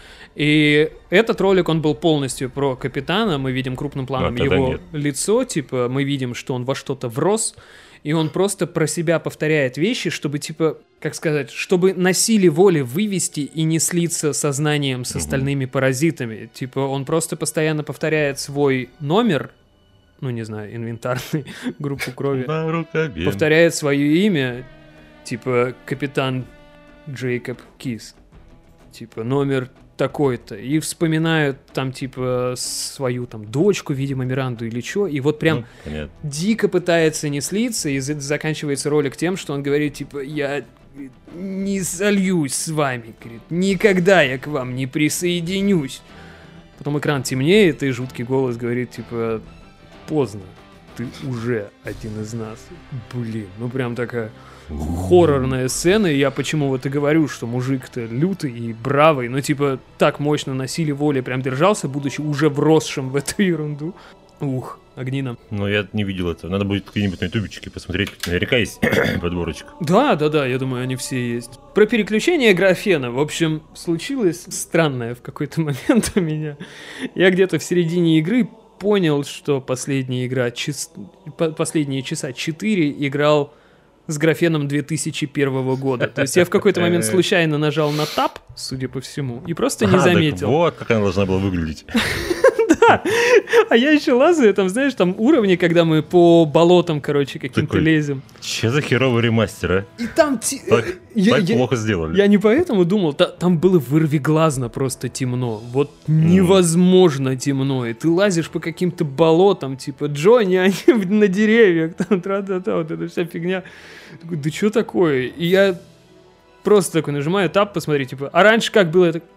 И этот ролик, он был полностью про капитана, мы видим крупным планом А, тогда его нет. лицо, типа, мы видим, что он во что-то врос, и он просто про себя повторяет вещи, чтобы, типа, как сказать, чтобы на силе воли вывести и не слиться сознанием с остальными паразитами. Типа, он просто постоянно повторяет свой номер, ну, не знаю, инвентарный, группу крови, На рукаве. повторяет свое имя, типа, капитан Джейкоб Кис, типа, номер такой-то, и вспоминают там, типа, свою там дочку, видимо, Миранду или что, и вот прям Ну, понятно. дико пытается не слиться, и заканчивается ролик тем, что он говорит, типа, я говорит, не сольюсь с вами, говорит, никогда я к вам не присоединюсь. Потом экран темнеет, и жуткий голос говорит, типа, поздно, ты уже один из нас. Блин, ну прям такая хоррорная сцена, и я почему вот и говорю, что мужик-то лютый и бравый, но типа так мощно на силе воли прям держался, будучи уже вросшим в эту ерунду. Ух, огнина. Но я не видел этого. Надо будет где-нибудь на ютубчике посмотреть. Наверняка есть подборочка. Да, я думаю, они все есть. Про переключение графена, в общем, случилось странное в какой-то момент у меня. Я где-то в середине игры понял, что последняя игра, последние часа 4 играл с графеном 2001 года. То есть я в какой-то момент случайно нажал на тап, судя по всему, и просто не Так заметил. вот, как она должна была выглядеть. Да, а я еще лазаю, там, знаешь, там уровни, когда мы по болотам, короче, каким-то Такой, лезем. Че за херовый ремастер, а? И там... Так плохо сделали. Я не поэтому думал, там было вырвиглазно просто темно. Вот невозможно темно. И ты лазишь по каким-то болотам, типа Джонни, они на деревьях, там тра-та-та, вот эта вся фигня. Такой, да что такое? И я просто такой нажимаю тап, посмотри, типа, а раньше как было? Я так,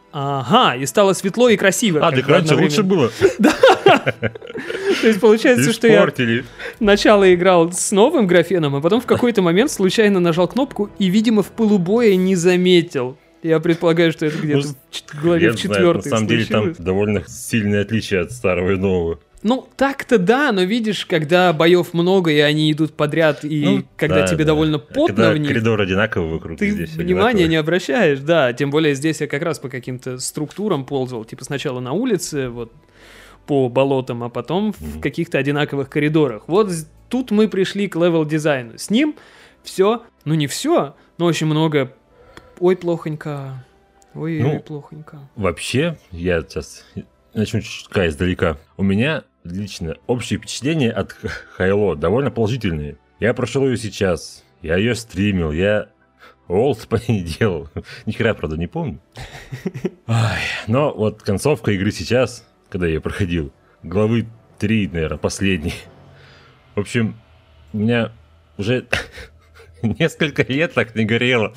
Ага, и стало светло и красиво. А, так раньше лучше было. То есть получается, что я сначала играл с новым графеном, а потом в какой-то момент случайно нажал кнопку и, видимо, в пылу боя не заметил. Я предполагаю, что это где-то в главе в 4 На самом деле там довольно сильные отличия от старого и нового. Ну, так-то да, но видишь, когда боев много, и они идут подряд, и когда тебе довольно потно когда в них... коридор одинаковый вокруг, ты здесь внимания не обращаешь, да. Тем более здесь я как раз по каким-то структурам ползал. Типа сначала на улице, вот, по болотам, а потом в каких-то одинаковых коридорах. Вот тут мы пришли к левел-дизайну. С ним все, ну не все, но очень много... Ой, плохонько. Ой, плохонько. Вообще, я сейчас начну чуть-чуть издалека. У меня лично общее впечатление от Хайло довольно положительные. Я прошел ее сейчас, я ее стримил, я олд по ней делал. Ни хера, правда, не помню. Но вот концовка игры сейчас, когда я ее проходил, главы 3, наверное, последней. В общем, у меня уже... Несколько лет так не горело.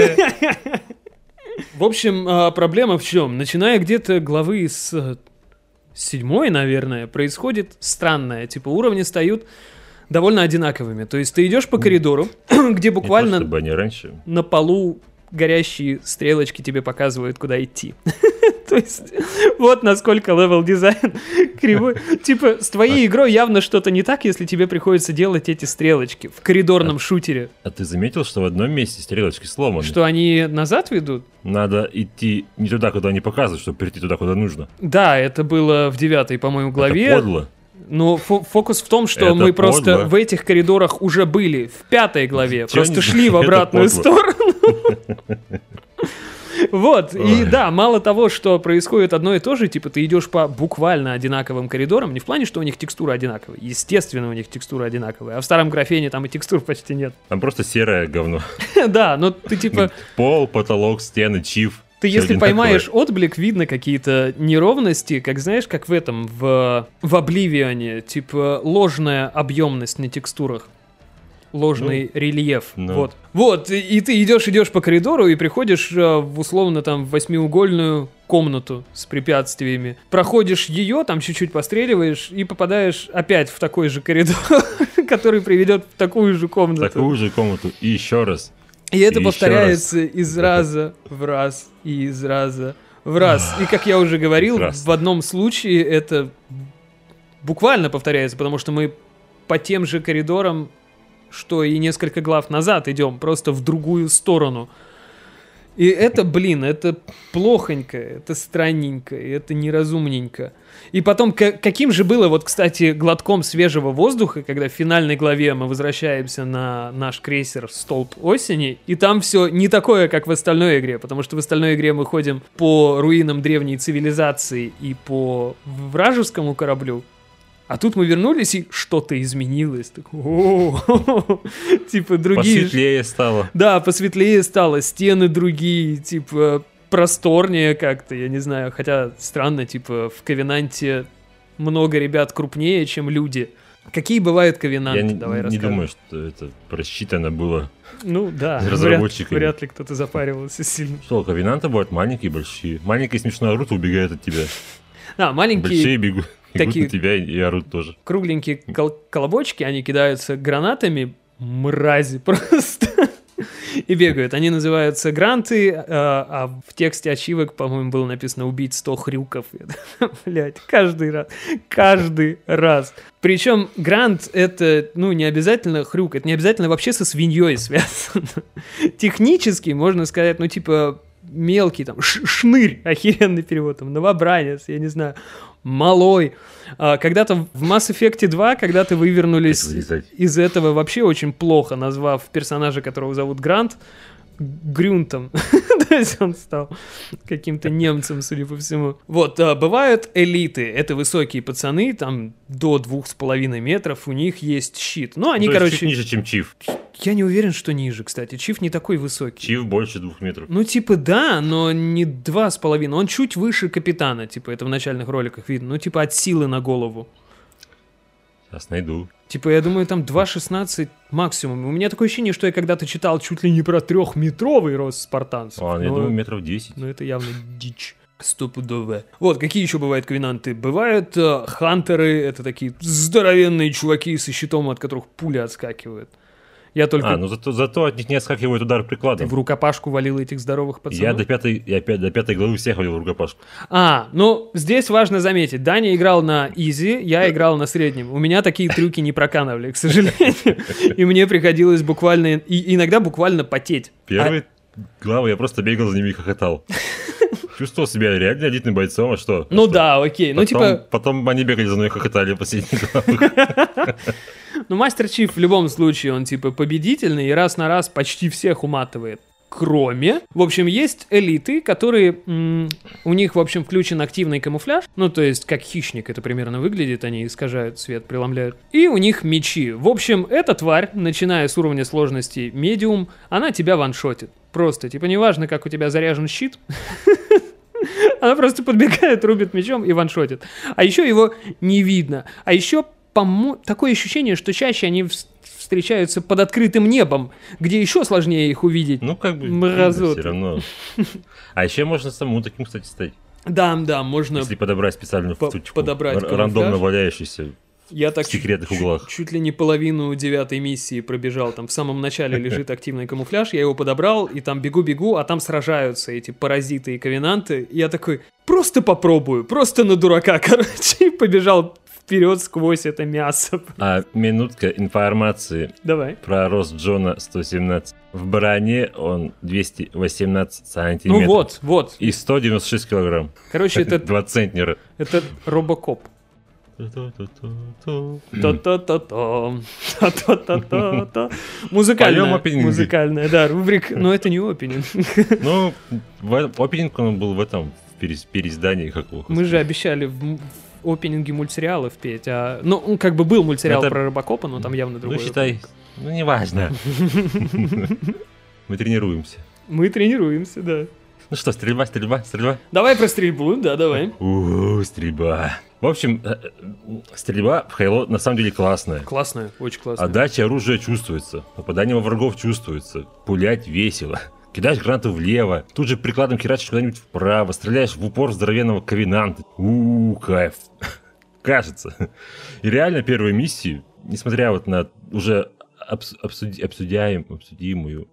В общем, проблема в чем? Начиная где-то главы с 7, наверное, происходит странное. Типа уровни стают довольно одинаковыми. То есть ты идешь по коридору, где буквально на полу горящие стрелочки тебе показывают, куда идти. То есть, вот насколько левел-дизайн кривой. Типа, с твоей игрой явно что-то не так, если тебе приходится делать эти стрелочки в коридорном шутере. А ты заметил, что в одном месте стрелочки сломаны? Что они назад ведут? Надо идти не туда, куда они показывают, чтобы прийти туда, куда нужно. Да, это было в 9, по-моему, главе. Это подло. Но фокус в том, что мы просто в этих коридорах уже были в 5 главе. Просто шли в обратную сторону. Вот, и да, мало того, что происходит одно и то же, типа ты идешь по буквально одинаковым коридорам, не в плане, что у них текстура одинаковая, естественно, у них текстура одинаковая, а в старом графене там и текстур почти нет. Там просто серое говно. Да, но ты типа... Пол, потолок, стены, чиф. Ты если поймаешь отблик, видно какие-то неровности, как знаешь, как в этом, в Обливионе, типа ложная объемность на текстурах. Ложный рельеф. Вот, и ты идешь по коридору и приходишь в условно там 8-угольную комнату с препятствиями. Проходишь ее, там чуть-чуть постреливаешь и попадаешь опять в такой же коридор, который приведет в такую же комнату. Такую же комнату и еще раз. И это повторяется из раза в раз и из раза в раз. И как я уже говорил, в одном случае это буквально повторяется, потому что мы по тем же коридорам, что и несколько глав назад идем, просто в другую сторону. И это, это плохонько, это странненько, это неразумненько. И потом, каким же было, вот, кстати, глотком свежего воздуха, когда в финальной главе мы возвращаемся на наш крейсер «Столб осени», и там все не такое, как в остальной игре, потому что в остальной игре мы ходим по руинам древней цивилизации и по вражескому кораблю. А тут мы вернулись, и что-то изменилось. Типа другие... Посветлее стало. Да, посветлее стало. Стены другие, типа просторнее как-то, я не знаю. Хотя странно, типа в Ковенанте много ребят крупнее, чем люди. Какие бывают ковенанты? Давай расскажем. Я не думаю, что это просчитано было. Ну да, разработчиками. Вряд ли кто-то запаривался сильно. Что, ковенанты бывают маленькие и большие. Маленькие смешно орут, убегают от тебя. Да, маленькие... Большие бегут на тебя и орут тоже. Кругленькие колобочки, они кидаются гранатами, мрази просто, и бегают. Они называются гранты, а в тексте ачивок, по-моему, было написано «убить 100 хрюков». Блять, каждый раз. Причем грант — это, не обязательно хрюк, это не обязательно вообще со свиньей связано. Технически можно сказать, мелкий, там, шнырь, охеренный перевод, там, новобранец, я не знаю, малой. Когда-то в Mass Effect 2, когда-то вывернулись из этого вообще очень плохо, назвав персонажа, которого зовут Грант, Грюнтом. То есть он стал каким-то немцем, судя по всему. Вот, бывают элиты. Это высокие пацаны, там, до 2,5 метров, у них есть щит. Ну, они, чуть ниже, чем Чиф. Я не уверен, что ниже, кстати. Чиф не такой высокий. Чиф больше 2 метров. Да, но не 2,5. Он чуть выше капитана, это в начальных роликах видно. От силы на голову. Сейчас найду. Я думаю, там 2,16 максимум. У меня такое ощущение, что я когда-то читал чуть ли не про 3-метровый рост спартанцев. Я думаю, 10 метров. Ну, это явно дичь. Стопудово. Вот, какие еще бывают ковенанты? Бывают хантеры, это такие здоровенные чуваки со щитом, от которых пули отскакивают. Я только... ну зато от них не отскакивает удар прикладом. Ты в рукопашку валил этих здоровых пацанов? Я до пятой главы всех валил в рукопашку. Ну, здесь важно заметить. Даня играл на изи, я играл на среднем. У меня такие трюки не проканывали, к сожалению. И мне приходилось иногда буквально потеть. Первые главы я просто бегал за ними и хохотал. Чувствовал себя реально элитным бойцом, а что? Ну да, окей. Потом они бегали за мной и хохотали в последних главах. Ну, Мастер Чиф в любом случае, он типа победительный и раз на раз почти всех уматывает. Кроме, в общем, есть элиты, которые, у них, в общем, включен активный камуфляж, ну, то есть, как хищник это примерно выглядит, они искажают цвет, преломляют, и у них мечи. В общем, эта тварь, начиная с уровня сложности медиум, она тебя ваншотит. Просто, типа, неважно, как у тебя заряжен щит, она просто подбегает, рубит мечом и ваншотит. А еще его не видно. А еще такое ощущение, что чаще они встречаются под открытым небом, где еще сложнее их увидеть. Ну, как бы, все равно. А еще можно самому таким, кстати, стать. Да, можно. Если подобрать специальную штучку, подобрать рандомно валяющийся в секретных углах. Чуть ли не половину 9-й миссии пробежал. Там в самом начале лежит активный камуфляж, я его подобрал, и там бегу, а там сражаются эти паразиты и ковенанты. И я такой, просто попробую, просто на дурака, короче, и побежал вперед сквозь это мясо. А минутка информации. Давай. Про рост Джона 117. В броне он 218 сантиметров. Ну вот. И 196 килограмм. Короче, это... 2 центнера. Это Робокоп. Музыкальная, да, рубрика. Но это не опенинг. Ну, опенинг он был в этом, в переиздании какого-то. Мы же обещали в опенинге мультсериалов петь. Ну, как бы был мультсериал про Робокопа, но там явно другой. Ну, считай, неважно. Мы тренируемся. Да. Ну что, стрельба. Давай про стрельбу, да, давай. Стрельба. В общем, стрельба в Halo на самом деле классная. Классная, очень классная. Отдача оружия чувствуется, попадание во врагов чувствуется, пулять весело. Кидаешь гранату влево, тут же прикладом херачишь куда-нибудь вправо, стреляешь в упор здоровенного ковенанта. Кайф. Кажется. И реально первые миссии, несмотря вот на уже обсудимую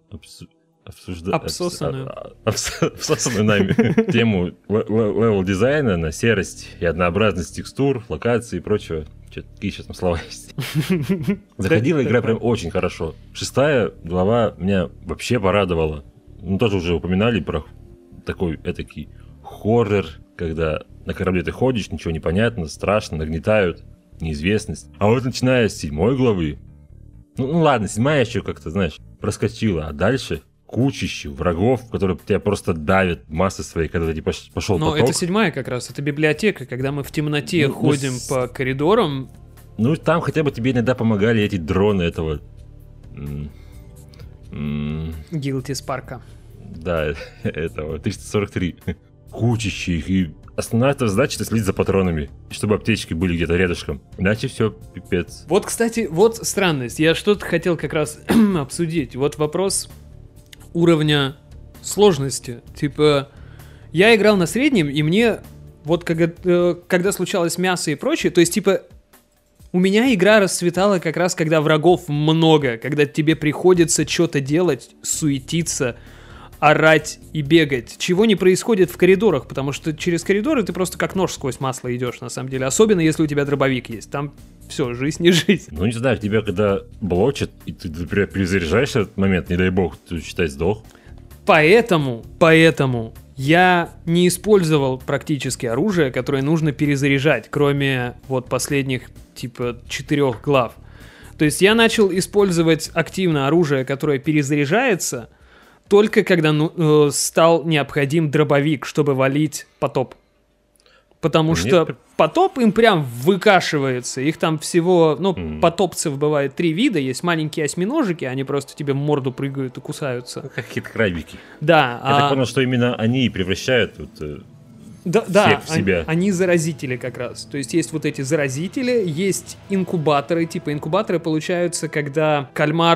обсосанную нами тему левел-дизайна на серость и однообразность текстур, локаций и прочего. Какие сейчас там слова есть? Заходила игра прям очень хорошо. 6-я глава меня вообще порадовала. Мы тоже уже упоминали про такой этакий хоррор, когда на корабле ты ходишь, ничего не понятно, страшно, нагнетают, неизвестность. А вот начиная с 7 главы, ну ладно, 7-я еще как-то, знаешь, проскочила, а дальше кучищу врагов, которые тебя просто давят массой своей, когда ты пошел поток. Но это 7-я как раз, это библиотека, когда мы в темноте ходим по коридорам. Ну, там хотя бы тебе иногда помогали эти дроны этого... Guilty Spark. Да, этого, 343. Кучища их, и основная задача — это следить за патронами, чтобы аптечки были где-то рядышком. Иначе все, пипец. Вот, кстати, вот странность. Я что-то хотел как раз обсудить. Вот вопрос уровня сложности. Типа, я играл на среднем, и мне вот когда случалось мясо и прочее, то есть, типа, у меня игра расцветала как раз, когда врагов много, когда тебе приходится что-то делать, суетиться, орать и бегать, чего не происходит в коридорах, потому что через коридоры ты просто как нож сквозь масло идешь, на самом деле, особенно если у тебя дробовик есть, там все, жизнь не жизнь. Ну, не знаю, тебя когда блочат, и ты, например, перезаряжаешься в этот момент, не дай бог, ты, считай, сдох. Поэтому я не использовал практически оружие, которое нужно перезаряжать, кроме вот последних, типа, 4 глав. То есть я начал использовать активно оружие, которое перезаряжается, только когда стал необходим дробовик, чтобы валить потоп. Потому что потоп им прям выкашивается. Их там всего, потопцев бывает 3 вида. Есть маленькие осьминожики, они просто тебе в морду прыгают и кусаются. Какие-то крабики. Да. Я так понял, что именно они и превращают всех в себя. Они заразители как раз. То есть есть вот эти заразители, есть инкубаторы. Типа инкубаторы получаются, когда кальмар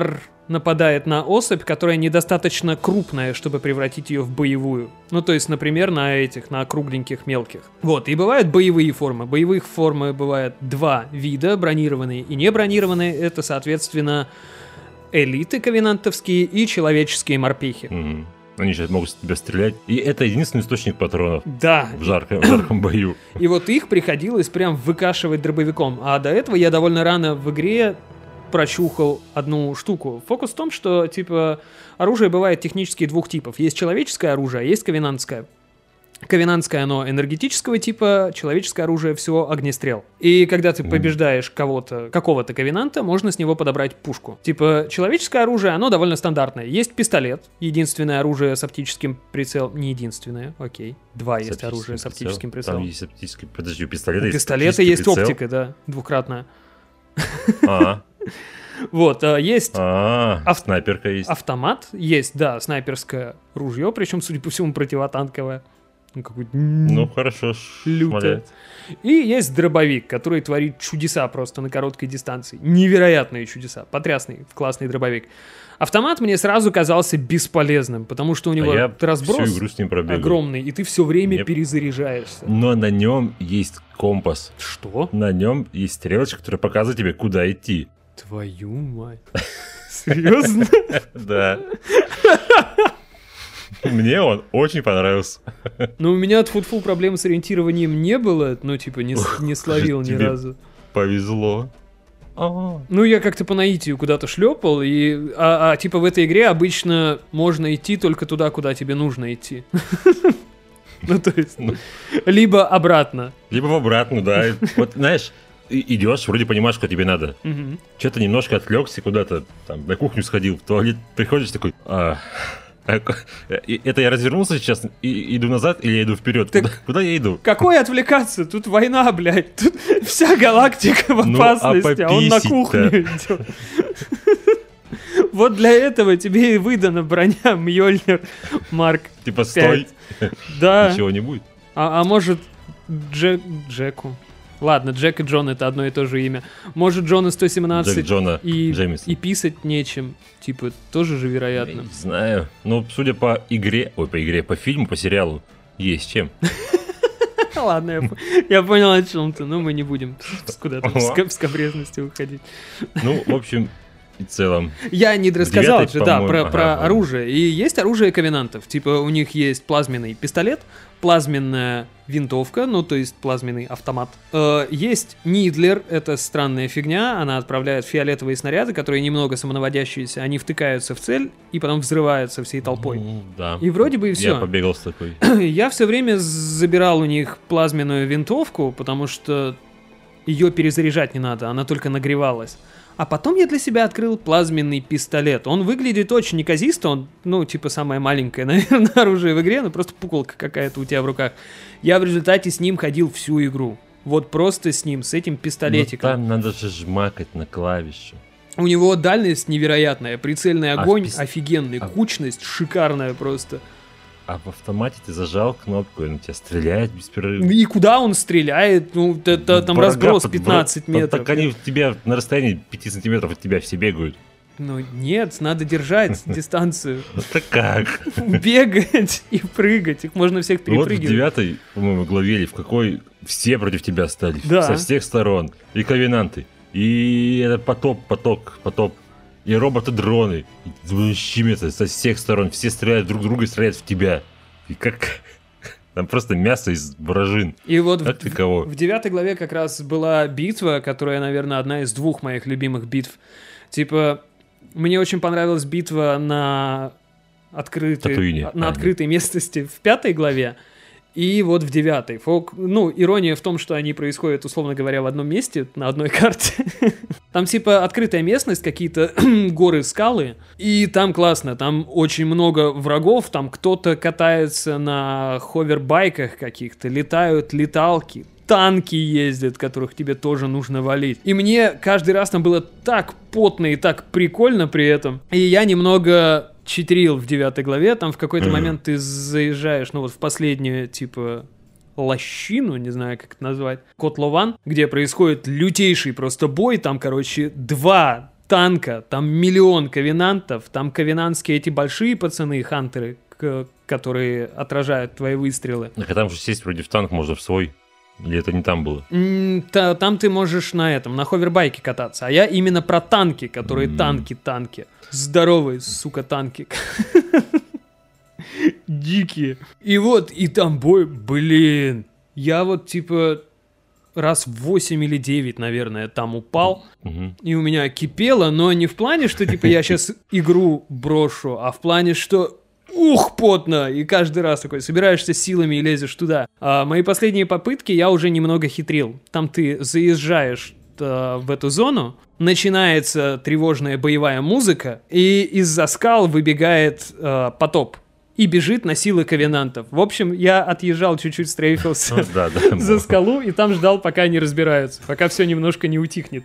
нападает на особь, которая недостаточно крупная, чтобы превратить ее в боевую. Ну, то есть, например, на кругленьких мелких. Вот, и бывают боевые формы. Боевых формы бывает два вида, бронированные и не бронированные. Это, соответственно, элиты ковенантовские и человеческие морпехи. Они же могут с тебя стрелять. И это единственный источник патронов. Да. В жарком бою. И вот их приходилось прям выкашивать дробовиком. А до этого я довольно рано в игре прочухал одну штуку. Фокус в том, что, типа, оружие бывает технически двух типов. Есть человеческое оружие, а есть ковенантское. Ковенантское, оно энергетического типа, человеческое оружие все огнестрел. И когда ты побеждаешь какого-то ковенанта, можно с него подобрать пушку. Типа, человеческое оружие, оно довольно стандартное. Есть пистолет, единственное оружие с оптическим прицелом. Не единственное, окей. Два есть оружия с оптическим прицелом. Там есть оптический... Подожди, у пистолета есть пистолета есть прицел. Оптика, да, двукратная. Вот, есть... снайперка есть. Автомат есть, да, снайперское ружье, причем, судя по всему, противотанковое. Хорошо. Лютое. И есть дробовик, который творит чудеса просто на короткой дистанции. Невероятные чудеса. Потрясный, классный дробовик. Автомат мне сразу казался бесполезным, потому что у него разброс всю игру с ним огромный, и ты все время перезаряжаешься. Но на нем есть компас. Что? На нем есть стрелочка, которая показывает тебе, куда идти. Твою мать. Серьезно? Да. Мне он очень понравился. Ну, у меня тьфу-тьфу проблем с ориентированием не было, не словил ни разу. Повезло. Ну, я как-то по наитию куда-то шлепал, типа в этой игре обычно можно идти только туда, куда тебе нужно идти. Ну, то есть, либо обратно. Либо в обратно, да. Вот, знаешь, идешь, вроде понимаешь, что тебе надо. Что-то немножко отвлекся, куда-то там на кухню сходил, в туалет, приходишь такой... Это я развернулся сейчас и иду назад или я иду вперед? Куда я иду? Какой отвлекаться? Тут война, блядь. Тут вся галактика в опасности, а он на кухню идет. Вот для этого тебе и выдана броня Мьёльнир Марк 5. Типа стой. Да. Ничего не будет. А может Джеку? Ладно, Джек и Джон — это одно и то же имя. Может, Джона 117 Джек Джона и писать нечем. Типа, тоже же вероятно. Я не знаю. Ну, судя по фильму, по сериалу, есть чем. Ладно, я понял о чем ты, но мы не будем куда-то в скабрезности уходить. Ну, в общем и целом. Я не рассказал же, да, про оружие. И есть оружие ковенантов. Типа, у них есть плазменный пистолет, плазменная винтовка, ну, то есть плазменный автомат. Есть Нидлер, это странная фигня, она отправляет фиолетовые снаряды, которые немного самонаводящиеся, они втыкаются в цель и потом взрываются всей толпой. Да. И вроде бы и все. Я побегал с такой. Я все время забирал у них плазменную винтовку, потому что ее перезаряжать не надо, она только нагревалась. А потом я для себя открыл плазменный пистолет. Он выглядит очень неказисто, он, ну, типа, самое маленькое, наверное, оружие в игре, но просто пуколка какая-то у тебя в руках. Я в результате с ним ходил всю игру. Вот просто с ним, с этим пистолетиком. Но там надо же жмакать на клавиши. У него дальность невероятная, прицельный огонь офигенный, кучность шикарная просто. А в автомате ты зажал кнопку, и он тебя стреляет без перерыва. И куда он стреляет? Ну, там разброс 15 метров. Так они в тебя на расстоянии 5 сантиметров от тебя все бегают. Ну нет, надо держать дистанцию. Это как? Бегать и прыгать, их можно всех перепрыгивать. Вот в 9-й, по-моему, главе, или в какой все против тебя стали. Да. Со всех сторон. И ковенанты, и это поток. И роботы-дроны. И щемятся со всех сторон. Все стреляют друг друга и стреляют в тебя. И как... Там просто мясо из вражин. И вот в 9 главе как раз была битва, которая, наверное, одна из двух моих любимых битв. Типа, мне очень понравилась битва на открытой местности в 5 главе. И вот в 9. Ну, ирония в том, что они происходят, условно говоря, в одном месте, на одной карте. Там типа открытая местность, какие-то горы, скалы. И там классно, там очень много врагов. Там кто-то катается на ховербайках каких-то, летают леталки. Танки ездят, которых тебе тоже нужно валить. И мне каждый раз там было так потно и так прикольно при этом. И я немного читерил в 9 главе. Там в какой-то момент ты заезжаешь, ну вот в последнюю, типа, лощину, не знаю, как это назвать, Котлован, где происходит лютейший просто бой. Там, короче, 2 танка, там миллион ковенантов, там ковенантские эти большие пацаны, хантеры, которые отражают твои выстрелы. Так, а там же сесть вроде в танк можно в свой. Или это не там было? Там ты можешь на ховербайке кататься. А я именно про танки, которые танки. Здоровые, сука, танки. Дикие. И там бой, блин. Я вот типа раз 8 или 9, наверное, там упал. И у меня кипело, но не в плане, что типа я сейчас игру брошу, а в плане, что потно, и каждый раз такой собираешься силами и лезешь туда. А мои последние попытки я уже немного хитрил. Там ты заезжаешь в эту зону, начинается тревожная боевая музыка, и из-за скал выбегает потоп и бежит на силы ковенантов. В общем, я отъезжал чуть-чуть, стрейфился за скалу, и там ждал, пока они разбираются, пока все немножко не утихнет.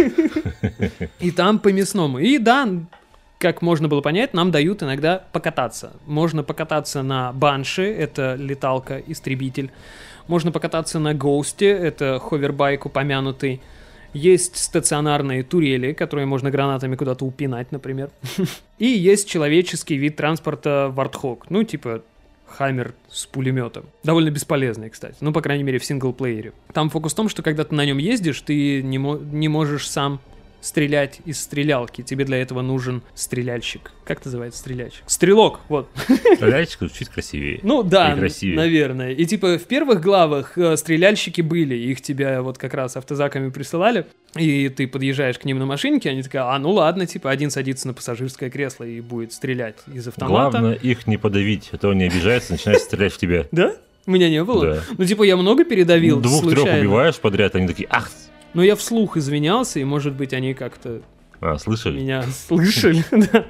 И там по мясному. И да, как можно было понять, нам дают иногда покататься. Можно покататься на Банши, это леталка-истребитель. Можно покататься на Гоусте, это ховербайк упомянутый. Есть стационарные турели, которые можно гранатами куда-то упинать, например. И есть человеческий вид транспорта Warthog. Ну, типа Хаммер с пулеметом. Довольно бесполезный, кстати. Ну, по крайней мере, в синглплеере. Там фокус в том, что когда ты на нем ездишь, ты не можешь сам стрелять из стрелялки. Тебе для этого нужен стреляльщик. Как называется стреляльщик? Стрелок, вот. Стреляльщик звучит красивее. Ну да, наверное. И типа в первых главах стреляльщики были, их тебя вот как раз автозаками присылали, и ты подъезжаешь к ним на машинке, они такие, ну ладно, типа один садится на пассажирское кресло и будет стрелять из автомата. Главное их не подавить, а то они обижаются, начинают стрелять в тебя. Да? У меня не было? Да. Ну типа я много передавил случайно. 2-3 убиваешь подряд, они такие, ах! Но я вслух извинялся, и, может быть, они как-то слышали? Меня слышали, да.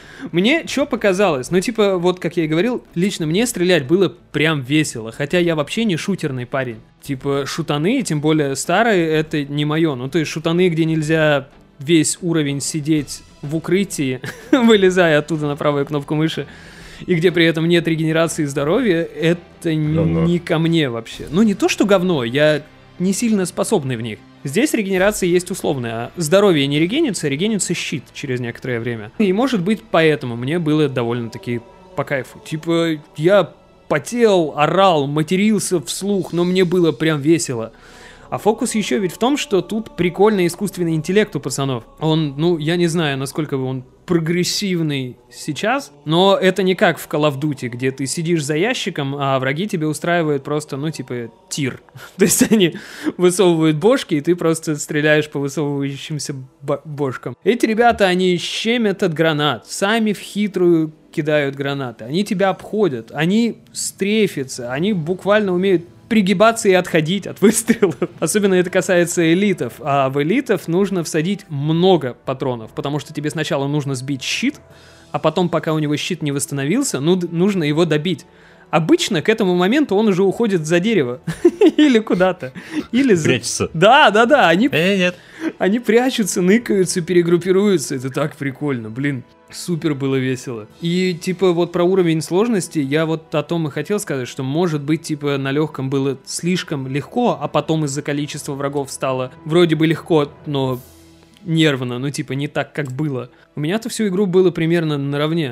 Мне что показалось? Ну, типа, вот как я и говорил, лично мне стрелять было прям весело, хотя я вообще не шутерный парень. Типа, шутаны, тем более старые, это не мое. Ну, то есть шутаны, где нельзя весь уровень сидеть в укрытии, вылезая оттуда на правую кнопку мыши, и где при этом нет регенерации здоровья, это не ко мне вообще. Ну, не то, что говно, я не сильно способный в них. Здесь регенерация есть условная, а здоровье не регенится щит через некоторое время. И может быть поэтому мне было довольно-таки по кайфу. Типа я потел, орал, матерился вслух, но мне было прям весело. А фокус еще ведь в том, что тут прикольный искусственный интеллект у пацанов. Он, я не знаю, насколько он прогрессивный сейчас, но это не как в Call of Duty, где ты сидишь за ящиком, а враги тебе устраивают просто, тир. То есть они высовывают бошки, и ты просто стреляешь по высовывающимся бошкам. Эти ребята, они щемят от гранат, сами в хитрую кидают гранаты, они тебя обходят, они стрефятся, они буквально умеют пригибаться и отходить от выстрелов. Особенно это касается элитов. А в элитов нужно всадить много патронов, потому что тебе сначала нужно сбить щит, а потом, пока у него щит не восстановился, нужно его добить. Обычно к этому моменту он уже уходит за дерево. Или куда-то. Или прячется. Да. Они нет. Они прячутся, ныкаются, перегруппируются. Это так прикольно, блин. Супер было весело. И, типа, вот про уровень сложности я вот о том и хотел сказать, что, может быть, типа, на легком было слишком легко, а потом из-за количества врагов стало вроде бы легко, но нервно, не так, как было. У меня-то всю игру было примерно наравне.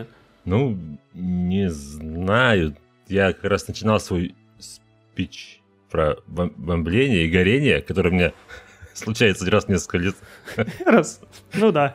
Не знаю. Я как раз начинал свой спич про бомбление и горение, которое у меня случается раз в несколько лет. Раз. Да.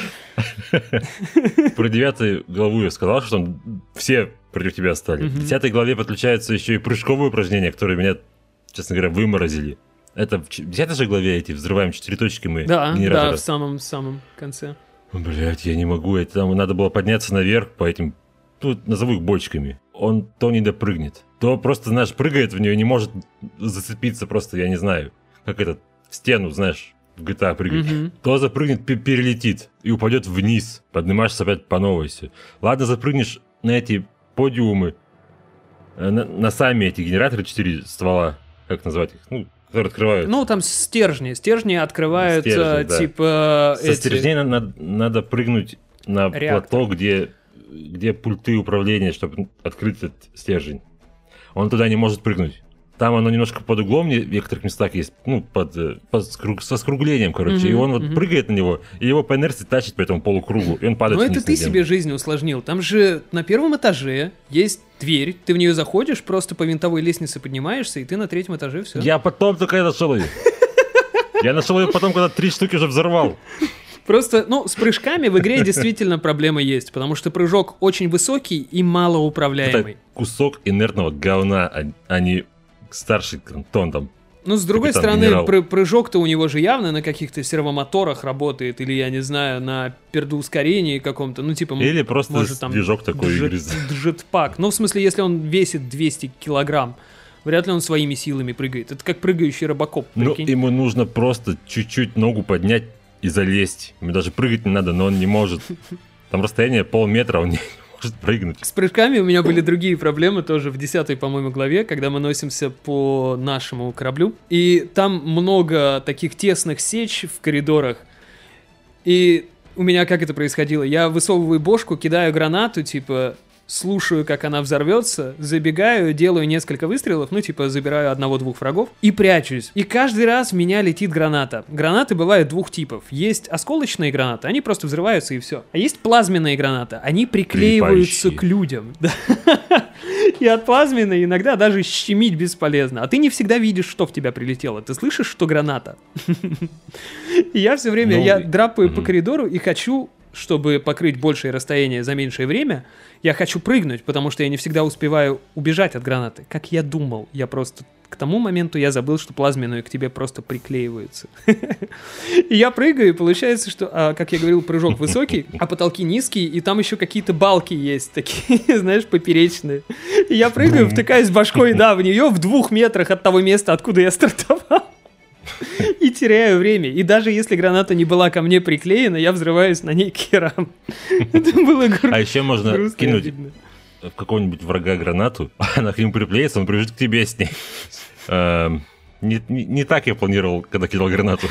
Про 9 главу я сказал, что там все против тебя стали. В 10 главе подключаются еще и прыжковые упражнения, которые меня, честно говоря, выморозили. Это в 10 же главе эти взрываем 4 точки мы генератора. Да, в самом конце. Блять, я не могу. Там надо было подняться наверх по этим, назову их бочками. Он то не допрыгнет, то просто, прыгает в нее, не может зацепиться просто, я не знаю, как этот в стену, в GTA прыгает. То запрыгнет, перелетит и упадет вниз. Поднимаешься опять по новой. Ладно, запрыгнешь на эти подиумы, на сами эти генераторы 4 ствола, как назвать их, которые открывают. Там стержни. Стержни открываются, да. типа... Со стержней надо прыгнуть на плато, где пульты управления, чтобы открыть этот стержень. Он туда не может прыгнуть. там оно немножко под углом, в некоторых местах есть, ну, со скруглением, короче. И он вот прыгает на него, и его по инерции тащит по этому полукругу, и он падает вниз. Ну, это ты себе жизнь усложнил. Там же на первом этаже есть дверь, ты в нее заходишь, просто по винтовой лестнице поднимаешься, и ты на третьем этаже, все. Я потом только нашел ее. Я нашел ее потом, когда 3 штуки уже взорвал. Просто, ну, с прыжками в игре действительно проблема есть, потому что прыжок очень высокий и малоуправляемый. Это кусок инертного говна, а не старший Антон там. Ну, с другой стороны, прыжок-то у него же явно на каких-то сервомоторах работает, или, я не знаю, на пердоускорении каком-то, ну, типа... Или просто может, там, движок такой. Джетпак. Ну, в смысле, если он весит 200 килограмм, вряд ли он своими силами прыгает. Это как прыгающий робокоп, прикинь. Ну, ему нужно просто чуть-чуть ногу поднять и залезть. Ему даже прыгать не надо, но он не может. Там расстояние полметра, он не может прыгнуть. С прыжками у меня были другие проблемы тоже в 10-й, по-моему, главе, когда мы носимся по нашему кораблю. И там много таких тесных сеч в коридорах. И у меня как это происходило? Я высовываю бошку, кидаю гранату, типа... слушаю, как она взорвется, забегаю, делаю несколько выстрелов, ну, типа, забираю 1-2 врагов и прячусь. И каждый раз в меня летит граната. Гранаты бывают 2 типов. Есть осколочные гранаты, они просто взрываются и все. А есть плазменные гранаты, они приклеиваются к людям. И от плазменной иногда даже щемить бесполезно. А ты не всегда видишь, что в тебя прилетело. Ты слышишь, что граната. И я все время, я драпаю по коридору и хочу... чтобы покрыть большее расстояние за меньшее время, я хочу прыгнуть, потому что я не всегда успеваю убежать от гранаты. Как я думал, я просто... К тому моменту я забыл, что плазменные к тебе просто приклеиваются. И я прыгаю, и получается, что, как я говорил, прыжок высокий, а потолки низкие, и там еще какие-то балки есть, такие, знаешь, поперечные. И я прыгаю, втыкаюсь башкой, да, в нее в 2 метрах от того места, откуда я стартовал. И теряю время. И даже если граната не была ко мне приклеена, я взрываюсь на ней к херам. Это было грустно. А еще можно кинуть в какого-нибудь врага гранату, она к нему приклеится, он прибежит к тебе с ней. Не так я планировал, когда кидал гранату.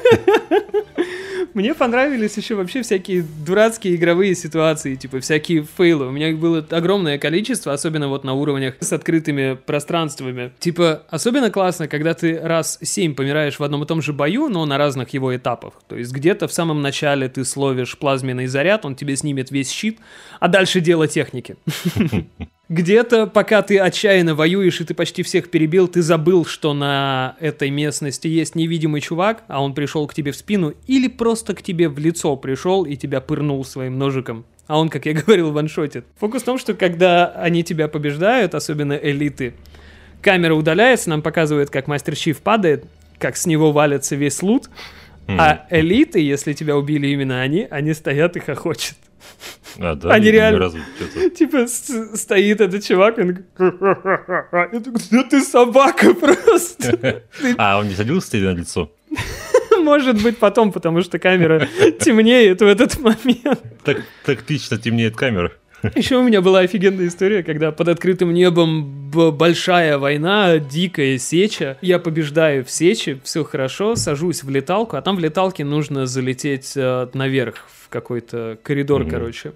Мне понравились еще вообще всякие дурацкие игровые ситуации, типа всякие фейлы. У меня их было огромное количество, особенно вот на уровнях с открытыми пространствами. Типа, особенно классно, когда ты раз 7 помираешь в одном и том же бою, но на разных его этапах. То есть где-то в самом начале ты словишь плазменный заряд, он тебе снимет весь щит, а дальше дело техники. Где-то, пока ты отчаянно воюешь и ты почти всех перебил, ты забыл, что на этой местности есть невидимый чувак, а он пришел к тебе в спину, или просто к тебе в лицо пришел и тебя пырнул своим ножиком. А он, как я говорил, ваншотит. Фокус в том, что когда они тебя побеждают, особенно элиты, камера удаляется, нам показывает, как Мастер Чиф падает, как с него валится весь лут, а элиты, если тебя убили именно они стоят и хохочут. А, да? Они реально, типа, стоит этот чувак, и он говорит, да ты собака просто. А, он не садился тебе на лицо? Может быть, потом, потому что камера темнеет в этот момент. Так тактично темнеет камера. Еще у меня была офигенная история, когда под открытым небом большая война, дикая сеча. Я побеждаю в сече, все хорошо, сажусь в леталку, а там в леталке нужно залететь наверх в какой-то коридор, короче.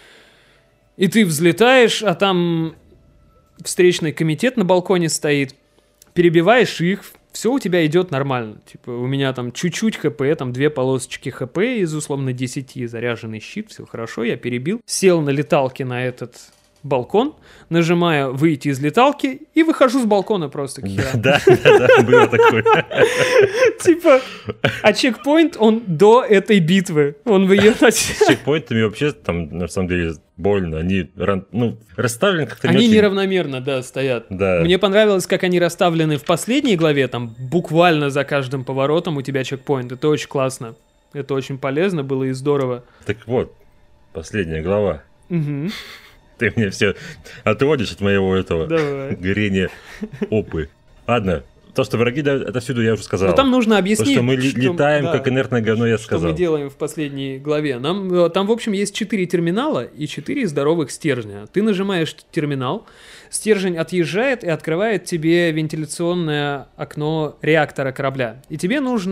И ты взлетаешь, а там встречный комитет на балконе стоит, перебиваешь их, все у тебя идет нормально. Типа, у меня там чуть-чуть хп, там 2 полосочки хп из условно 10, заряженный щит, все хорошо, я перебил. Сел на леталке на этот балкон, нажимаю «выйти из леталки» и выхожу с балкона просто к херам. Да, было такое. Типа, а чекпоинт, он до этой битвы. Он в ее начале. С чекпоинтами вообще там, на самом деле, больно. Они расставлены как-то Они неравномерно, да, стоят. Да. Мне понравилось, как они расставлены в последней главе, там буквально за каждым поворотом у тебя чекпоинт. Это очень классно. Это очень полезно было и здорово. Так вот, последняя глава. Угу. Ты мне все отводишь от моего этого горения опы. Ладно, то, что враги дают, это всюду я уже сказал. Но там нужно объяснить, то, что мы летаем, как инертное говно, я сказал. Что мы делаем в последней главе. Там, в общем, есть 4 терминала и 4 здоровых стержня. Ты нажимаешь терминал, стержень отъезжает и открывает тебе вентиляционное окно реактора корабля. И тебе нужно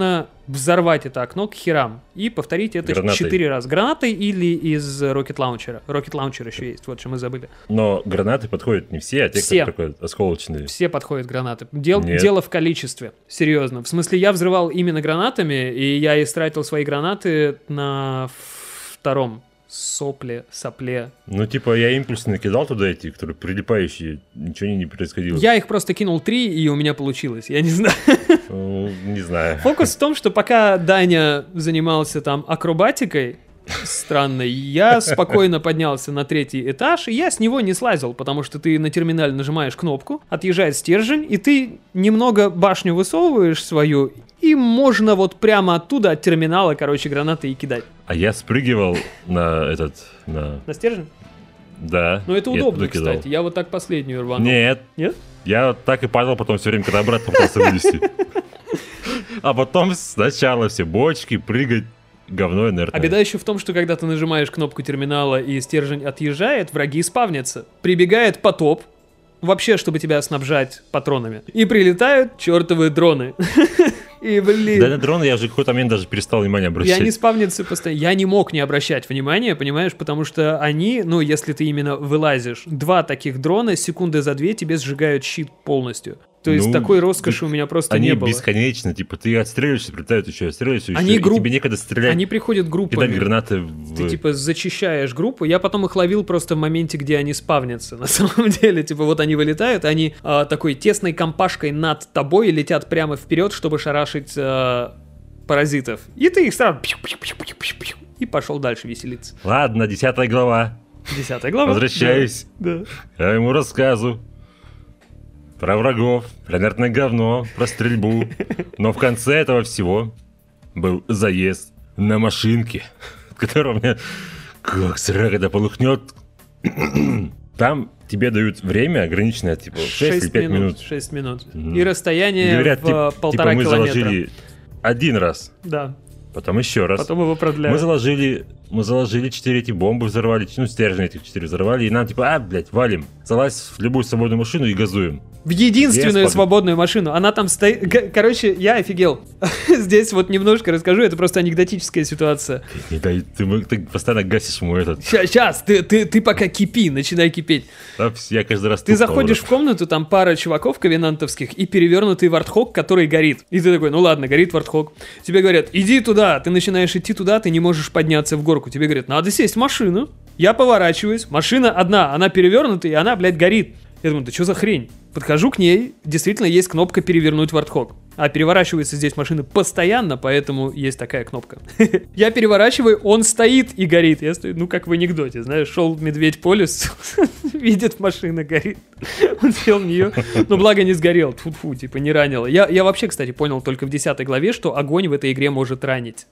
взорвать это окно к херам и повторить это Гранатой. 4 раза. Гранатой или из Rocket Launcher. Rocket Launcher еще есть, вот что мы забыли. Но гранаты подходят не все, а те, Все. которые осколочные. Все подходят гранаты. Нет. Дело в количестве. Серьезно. В смысле, я взрывал именно гранатами, и я истратил свои гранаты на втором сопле. Ну, типа, я импульсно накидал туда эти, которые прилипающие, ничего не происходило. Я их просто кинул 3, и у меня получилось. Я не знаю. Ну, не знаю. Фокус в том, что пока Даня занимался там акробатикой странной, я спокойно поднялся на 3-й этаж, и я с него не слазил, потому что ты на терминале нажимаешь кнопку, отъезжает стержень, и ты немного башню высовываешь свою, и можно вот прямо оттуда, от терминала, короче, гранаты и кидать. А я спрыгивал на На стержень? Да. Ну это я удобно, туда кидал. кстати. Я вот так последнюю рванул. Нет. Нет? Я вот так и падал потом все время, когда обратно пытался вылезти. А потом сначала все бочки, прыгать, говно инертное. А беда еще в том, что когда ты нажимаешь кнопку терминала и стержень отъезжает, враги спавнятся. Прибегает потоп, вообще, чтобы тебя снабжать патронами. И прилетают чертовы дроны. И, блин... Да, на дроны я уже в какой-то момент даже перестал внимание И обращать. они спавнятся постоянно. Я не мог не обращать внимания, понимаешь, потому что они, ну, если ты именно вылазишь, 2 таких дрона секунды за 2 тебе сжигают щит полностью. То есть Ну, такой роскоши у меня просто Они не было. бесконечно, типа, ты отстреливаешься, прилетают еще, отстреливаешься Они еще, групп- и тебе некогда стрелять, Они приходят кидать группами. гранаты в... Ты типа зачищаешь группу. Я потом их ловил просто в моменте, где они спавнятся. На самом деле, типа вот они вылетают, они такой тесной компашкой над тобой летят прямо вперед, чтобы шарашить паразитов. И ты их сразу пью-пью-пью-пью-пью, и пошел дальше веселиться. Ладно, 10 глава. 10 глава. Возвращаюсь Да. к моему рассказу. Про врагов, про инертное говно, про стрельбу. Но в конце этого всего был заезд на машинке, которая у меня как срака да полыхнет. Там тебе дают время ограниченное, типа 6 или 5 минут. 6 минут. Мгм. И расстояние Говорят, в типа 1,5 мы километра. заложили один раз, Да. потом еще раз. Потом его продляют. Мы заложили 4 эти бомбы, взорвали, ну, стержни этих 4 взорвали, и нам типа, блядь, валим, залазь в любую свободную машину и газуем. В единственную Господи. свободную машину. Она там стоит... Короче, я офигел. Здесь вот немножко расскажу. Это просто анекдотическая ситуация. Ты постоянно гасишь мой этот. Сейчас, ты пока кипи, начинай кипеть. Да, я каждый раз... Ты заходишь в комнату, там пара чуваков ковенантовских и перевернутый вартхок, который горит. И ты такой, ну ладно, горит вартхок. Тебе говорят, иди туда. Ты начинаешь идти туда, ты не можешь подняться в горку. Тебе говорят, надо сесть в машину. Я поворачиваюсь, машина одна, она перевернутая, и она, блядь, горит. Я думаю, да что за хрень? Подхожу к ней, действительно есть кнопка перевернуть вартхок. А переворачивается здесь машина постоянно, поэтому есть такая кнопка. Я переворачиваю, он стоит и горит. Я стою, ну как в анекдоте, знаешь, шел медведь по лесу, видит, машина горит. Он сел в нее, но благо не сгорел, тьфу-тьфу, типа не ранило. Я вообще, кстати, понял только в 10 главе, что огонь в этой игре может ранить.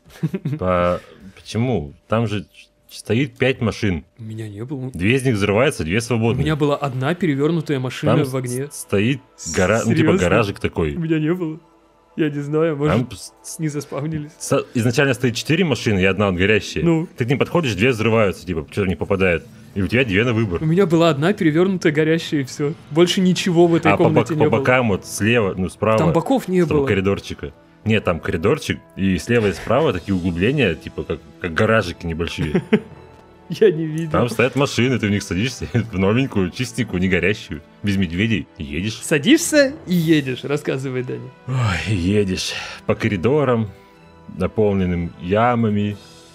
Почему? Там же стоит 5 машин. У меня не было. 2 из них взрываются, 2 У свободные. меня была одна перевернутая машина Там в огне. стоит ну, типа Серьезно? гаражик такой. У меня не было. Я не знаю, может, Там не заспавнились. изначально стоит 4 машины, и одна вот горящая. Ну. Ты к ним подходишь, 2 взрываются, типа, что-то в них попадает. И у тебя 2 на выбор. У меня была одна перевернутая, горящая, и все. Больше ничего в этой А комнате не по было. бокам, вот слева, ну, справа, Там боков не с того было. коридорчика. Нет, там коридорчик, и слева и справа такие углубления, типа, как гаражики небольшие. Я не видел. Там стоят машины, ты в них садишься, в новенькую, чистенькую, не горящую, без медведей, и едешь. Садишься и едешь, рассказывай, Даня. Ой, едешь по коридорам, наполненным ямами,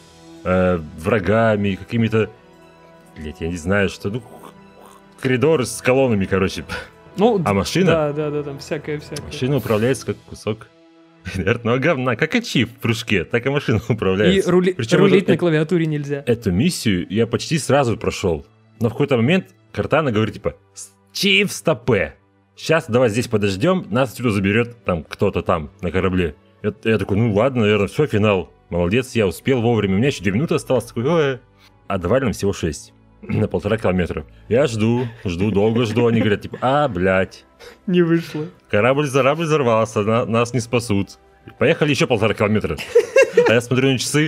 врагами, какими-то... Блять, я не знаю, что... Ну, коридоры с колоннами, короче. Ну, А машина? Да, там всякое. Машина управляется как кусок инертного говна. Как ачив в прыжке, так и машина И управляется. Причем рулить на клавиатуре нельзя. Эту миссию я почти сразу прошел. Но в какой-то момент Кортана говорит, типа, чиф стопе. Сейчас давай здесь подождем, нас отсюда заберет там кто-то там на корабле. Я такой, ну ладно, наверное, все, финал. Молодец, я успел вовремя. У меня еще 2 минуты осталось. Такой, ой. А давай нам всего 6. На 1,5 километра. Я жду, долго жду. Они говорят, типа, блядь. Не вышло. Корабль взорвался, нас не спасут. Поехали еще 1,5 километра. А я смотрю на часы.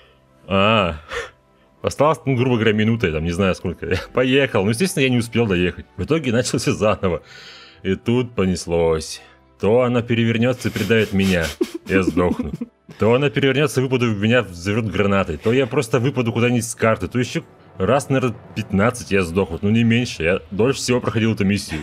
Осталось, ну, грубо говоря, минута, там, не знаю сколько. Я поехал. Ну, естественно, я не успел доехать. В итоге начался заново. И тут понеслось. То она перевернется и придавит меня. Я сдохну. То она перевернется, выпаду, в меня взорвет гранатой, то я просто выпаду куда-нибудь с карты, то еще раз, наверное, 15 я сдох, вот, ну не меньше, я дольше всего проходил эту миссию.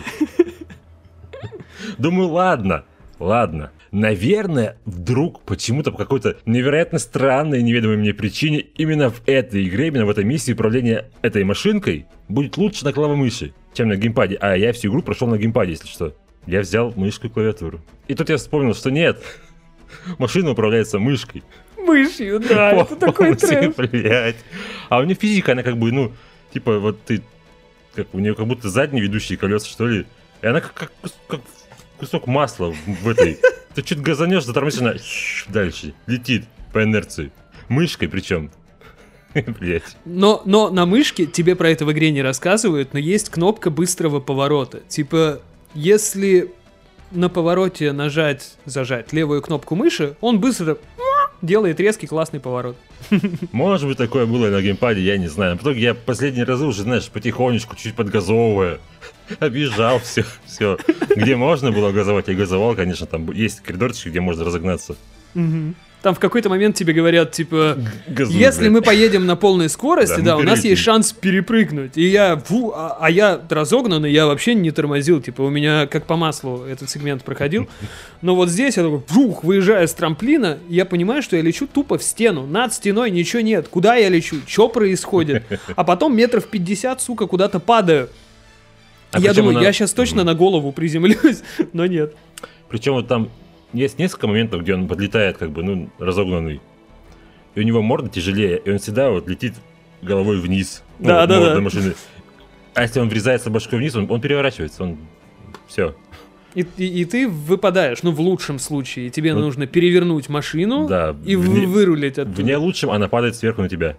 Думаю, ладно. Наверное, вдруг, почему-то по какой-то невероятно странной, неведомой мне причине, именно в этой игре, именно в этой миссии управление этой машинкой будет лучше на клавомыши мыши, чем на геймпаде. А я всю игру прошел на геймпаде, если что. Я взял мышку и клавиатуру. И тут я вспомнил, что нет, машина управляется мышкой. Мышью, да, это такой трэш. Блять. А у нее физика, она как бы, ну, типа, вот ты, как у нее как будто задние ведущие колеса, что ли. И она как кусок масла в этой. Ты чуть газанешь, затормозишь, она дальше летит по инерции. Мышкой причем. Блять. Но на мышке тебе про это в игре не рассказывают, но есть кнопка быстрого поворота. Типа, если на повороте зажать левую кнопку мыши, он быстро делает резкий классный поворот. Может быть, такое было и на геймпаде, я не знаю. В итоге я последние разы уже, знаешь, потихонечку, чуть подгазовывая, объезжал все. Где можно было газовать, я газовал, конечно, там есть коридорчик, где можно разогнаться. Там в какой-то момент тебе говорят, типа, газуй, если мы поедем на полной скорости, да, у нас перелетим. есть шанс перепрыгнуть. И я, я разогнанный, я вообще не тормозил, типа, у меня как по маслу этот сегмент проходил. Но вот здесь я такой, выезжая с трамплина, я понимаю, что я лечу тупо в стену. Над стеной ничего нет. Куда я лечу? Что происходит? А потом метров 50, сука, куда-то падаю. Я думаю, я сейчас точно на голову приземлюсь, но нет. Причем вот там есть несколько моментов, где он подлетает, как бы, ну, разогнанный. И у него морда тяжелее, и он всегда вот летит головой вниз. Морда машины. А если он врезается башкой вниз, он переворачивается, он... Все. И ты выпадаешь, ну, в лучшем случае. Тебе нужно перевернуть машину и вырулить оттуда. В не лучшем она падает сверху на тебя.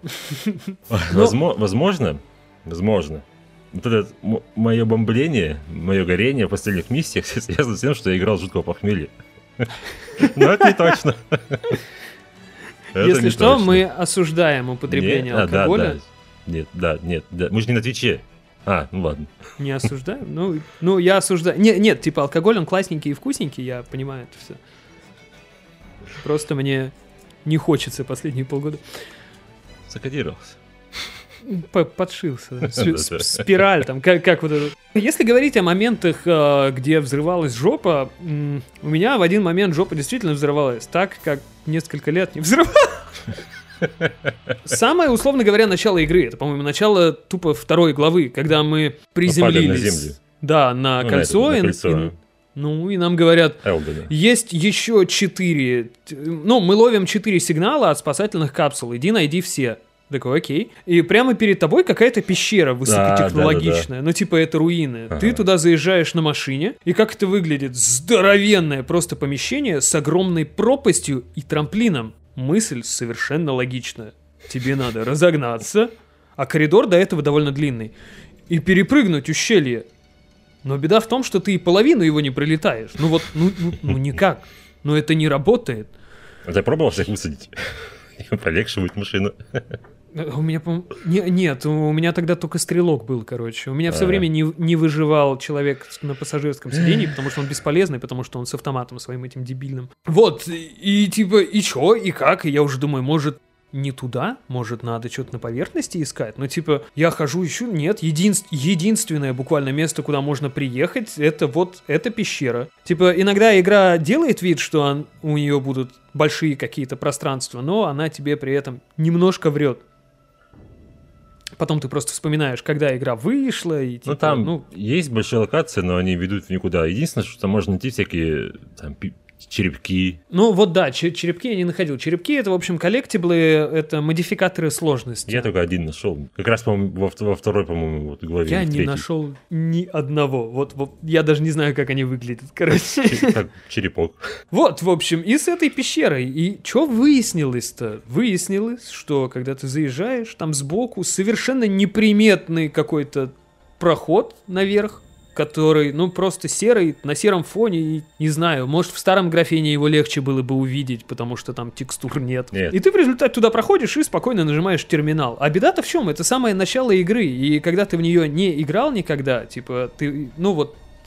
Возможно, вот это мое бомбление, мое горение в последних миссиях связано с тем, что я играл жуткого похмелья. Но это не точно. Если что, мы осуждаем употребление алкоголя. Нет. Мы же не на Твиче. Ну ладно. Не осуждаем? Ну, я осуждаю. Нет, типа алкоголь, он классненький и вкусненький, я понимаю это все. Просто мне не хочется последние полгода. Закодировался. Подшился. Спираль там, как вот это. Если говорить о моментах, где взрывалась жопа, у меня в один момент жопа действительно взорвалась, так как несколько лет не взрывалась. Самое, условно говоря, начало игры. Это, по-моему, начало тупо 2 главы, когда мы приземлились. На землю. Да, на кольцо. И нам говорят, есть еще 4... Ну, мы ловим 4 сигнала от спасательных капсул. Иди найди все. Такой, окей. И прямо перед тобой какая-то пещера высокотехнологичная. Да. Ну, типа, это руины. Ага. Ты туда заезжаешь на машине, и как это выглядит? Здоровенное просто помещение с огромной пропастью и трамплином. Мысль совершенно логичная. Тебе надо разогнаться, а коридор до этого довольно длинный, и перепрыгнуть ущелье. Но беда в том, что ты и половину его не пролетаешь. Ну никак. Ну это не работает. А ты пробовал всех высадить? Полегче будет машина. У меня, нет, у меня тогда только стрелок был, короче. У меня все время не выживал человек на пассажирском сидении, потому что он бесполезный, потому что он с автоматом своим этим дебильным. Вот, и типа, и чё, и как? И я уже думаю, может, не туда? Может, надо что-то на поверхности искать? Ну, типа, я хожу, ищу, нет, единственное буквально место, куда можно приехать, это пещера. Типа, иногда игра делает вид, что у нее будут большие какие-то пространства, но она тебе при этом немножко врет. Потом ты просто вспоминаешь, когда игра вышла. И, типа, там есть большие локации, но они ведут в никуда. Единственное, что там можно найти всякие там, черепки. Ну вот да, черепки я не находил. Черепки — это, в общем, коллектиблы, это модификаторы сложности. Я только один нашел. Как раз, по-моему, во второй, по-моему, вот, главе. Я не нашел ни одного. Вот я даже не знаю, как они выглядят, короче. Как черепок. Вот, в общем, и с этой пещерой. И что выяснилось-то? Выяснилось, что когда ты заезжаешь, там сбоку совершенно неприметный какой-то проход наверх, который, просто серый, на сером фоне, и, не знаю, может, в старом графене его легче было бы увидеть, потому что там текстур нет. И ты в результате туда проходишь и спокойно нажимаешь терминал. А беда-то в чем? Это самое начало игры, и когда ты в нее не играл никогда, типа, ты,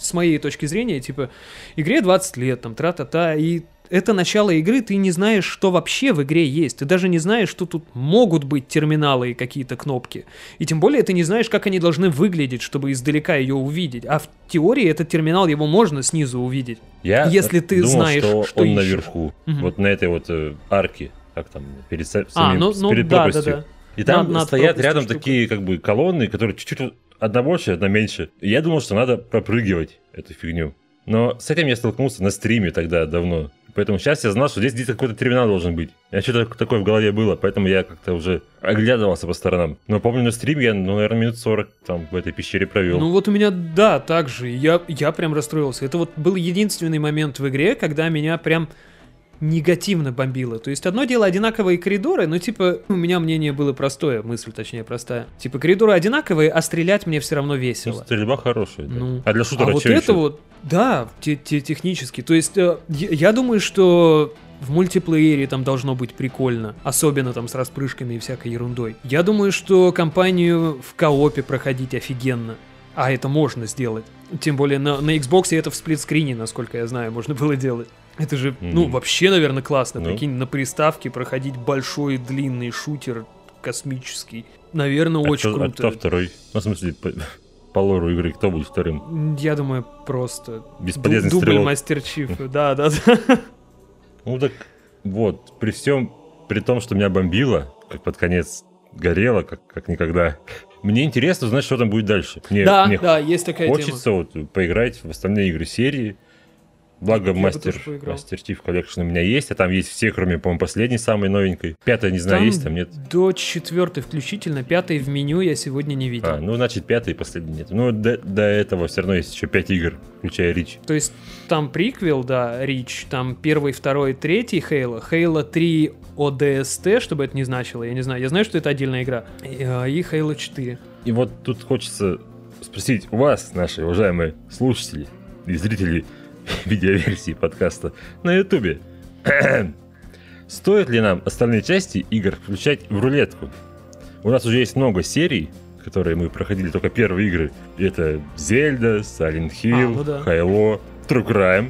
с моей точки зрения, типа, игре 20 лет, там, тра-та-та, и это начало игры, ты не знаешь, что вообще в игре есть. Ты даже не знаешь, что тут могут быть терминалы и какие-то кнопки. И тем более ты не знаешь, как они должны выглядеть, чтобы издалека ее увидеть. А в теории этот терминал, его можно снизу увидеть. Если ты думал, знаешь, что он ищешь. Наверху, вот на этой вот арке, как там, перед пропастью. Да. И там над стоят пропастью рядом штука. такие как бы колонны, которые чуть-чуть одна больше, одна меньше. И я думал, что надо пропрыгивать эту фигню. Но с этим я столкнулся на стриме тогда давно. Поэтому сейчас я знал, что здесь где-то какой-то терминал должен быть. Что-то такое в голове было, поэтому я как-то уже оглядывался по сторонам. Но помню, на стриме я, наверное, минут 40 там в этой пещере провел. Ну вот у меня, да, так же. Я прям расстроился. Это вот был единственный момент в игре, когда меня прям негативно бомбило. То есть одно дело одинаковые коридоры, но типа у меня мнение было простое, мысль точнее простая. Типа коридоры одинаковые, а стрелять мне все равно весело. Ну, стрельба хорошая, да. Ну, А для шутера вот что это еще? вот, да, технически. То есть я думаю, что в мультиплеере там должно быть прикольно, особенно там с распрыжками и всякой ерундой. Я думаю, что кампанию в коопе проходить офигенно. А это можно сделать. Тем более на Xbox это в сплитскрине, насколько я знаю, можно было делать. Это же, ну, вообще, наверное, классно. Прикинь, на приставке проходить большой длинный шутер космический. Наверное, очень круто. А кто второй? Ну, в смысле, по лору игры, кто будет вторым? Я думаю, просто бесполезный дубль стрелок. Мастер Чифа. Да. Ну так вот, при том, что меня бомбило, как под конец горело, как никогда. Мне интересно узнать, что там будет дальше. Мне есть такая хочется тема. вот поиграть в остальные игры серии. Благо, Мастер Chief Collection у меня есть, а там есть все, кроме, по-моему, последней, самой новенькой. 5-я, не знаю, Там есть, там нет. До 4-й включительно, 5-й в меню я сегодня не видел. Ну, значит, 5-й и последний нет. Ну, до этого все равно есть еще 5 игр, включая Reach. То есть там приквел, да, Reach, там 1-й, 2-й, 3-й Halo, Halo 3 ODST, чтобы это не значило, я не знаю. Я знаю, что это отдельная игра. И Halo 4. И вот тут хочется спросить у вас, наши уважаемые слушатели и зрители видеоверсии подкаста на Ютубе. Стоит ли нам остальные части игр включать в рулетку? У нас уже есть много серий, которые мы проходили только первые игры. Это Zelda, Silent Hill, Halo, True Crime.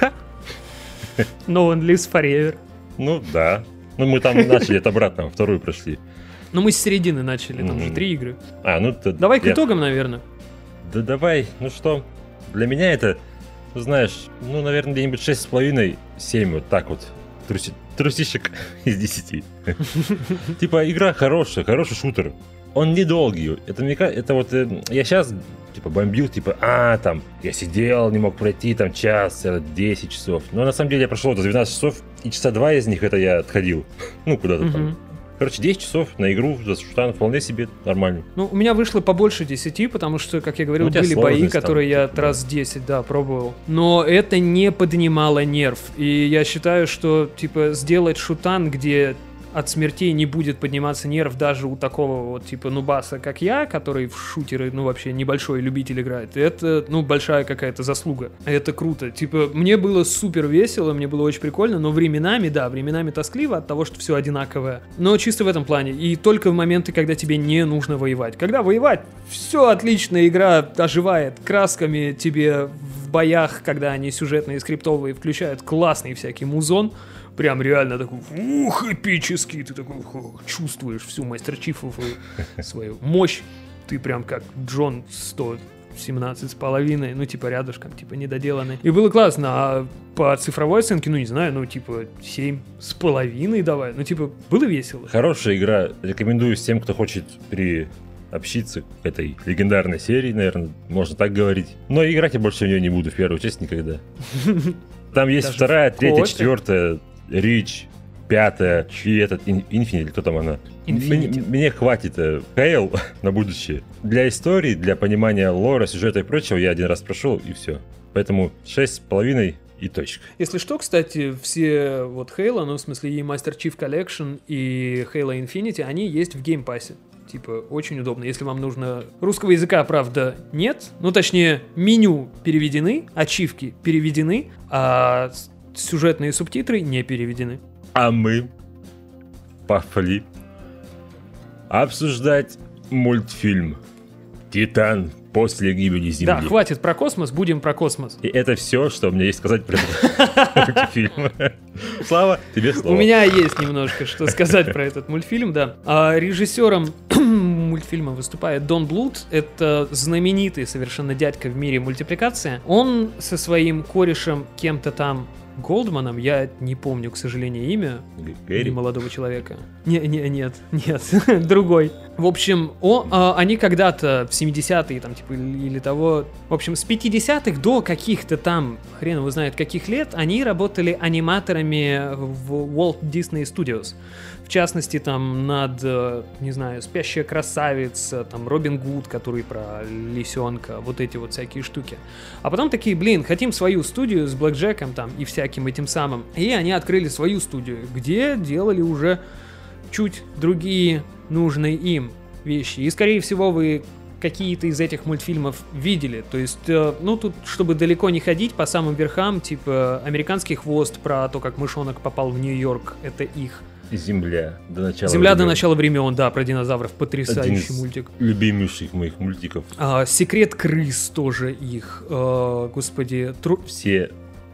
No One Lives Forever. Ну да. Ну мы там начали от обратного, вторую прошли. Ну мы с середины начали, там же 3 игры. Давай к итогам, наверное. Да давай, ну что, для меня это, знаешь, ну, наверное, где-нибудь 6,5-7, вот так вот, трусишек из 10. Типа, игра хорошая, хороший шутер. Он недолгий. Это вот, я сейчас, типа, бомбил, типа, там, я сидел, не мог пройти, там, час, 10 часов. Но на самом деле я прошел это 12 часов, и часа 2 из них это я отходил. Ну, куда-то там. Короче, 10 часов на игру за шутан вполне себе нормально. Ну, у меня вышло побольше 10, потому что, как я говорил, были бои, которые я раз 10, пробовал. Но это не поднимало нерв. И я считаю, что, типа, сделать шутан, где от смертей не будет подниматься нерв даже у такого вот, типа, нубаса, как я, который в шутеры, ну, вообще небольшой любитель играет. Это, ну, большая какая-то заслуга. Это круто. Типа, мне было супер весело, мне было очень прикольно, но временами тоскливо от того, что все одинаковое. Но чисто в этом плане. И только в моменты, когда тебе не нужно воевать. Когда воевать, все отлично, игра оживает красками тебе в боях, когда они сюжетные, скриптовые, включают классный всякий музон. Прям реально такой, эпический, ты такой чувствуешь всю Мастер Чифову свою мощь, ты прям как Джон 117,5, ну типа рядышком, типа недоделанный. И было классно, а по цифровой оценке, ну не знаю, ну типа 7,5 давай, ну типа было весело. Хорошая игра, рекомендую всем, кто хочет приобщиться к этой легендарной серии, наверное, можно так говорить. Но играть я больше в нее не буду, в первую часть никогда. Там есть вторая, третья, четвертая, Reach, 5-я и этот Infinite, кто там она? Мне хватит Halo на будущее. Для истории, для понимания лора, сюжета и прочего я один раз прошел и все. Поэтому 6,5 и точка. Если что, кстати, все вот Halo, ну в смысле и Master Chief Collection, и Halo Infinite, они есть в Game Pass'е. Типа, очень удобно. Если вам нужно... Русского языка, правда, нет. Ну, точнее, меню переведены, ачивки переведены, а сюжетные субтитры не переведены. А мы пошли обсуждать мультфильм Титан после гибели Земли. Да, хватит про космос, будем про космос. И это все, что у меня есть сказать про этот фильм. Слава, тебе слово. У меня есть немножко что сказать про этот мультфильм, да. Режиссером мультфильма выступает Дон Блут. Это знаменитый совершенно дядька в мире мультипликации. Он со своим корешем кем-то там Голдманом, я не помню, к сожалению, имя Гэри? молодого человека. Нет, другой. В общем, они когда-то в 70-е, там, типа, или того... В общем, с 50-х до каких-то там, хрен его знает каких лет, они работали аниматорами в Walt Disney Studios. В частности, там, над, не знаю, «Спящая красавица», там, «Робин Гуд», который про лисенка, вот эти вот всякие штуки. А потом такие, хотим свою студию с Блэк Джеком там и всяким этим самым. И они открыли свою студию, где делали уже чуть другие нужные им вещи. И, скорее всего, вы какие-то из этих мультфильмов видели. То есть, тут, чтобы далеко не ходить по самым верхам, типа «Американский хвост», про то, как мышонок попал в Нью-Йорк, это их. Земля до начала Земля времен. до начала времен, да, про динозавров. Потрясающий Один из мультик. любимейших моих мультиков. Секрет крыс тоже их. Господи. Все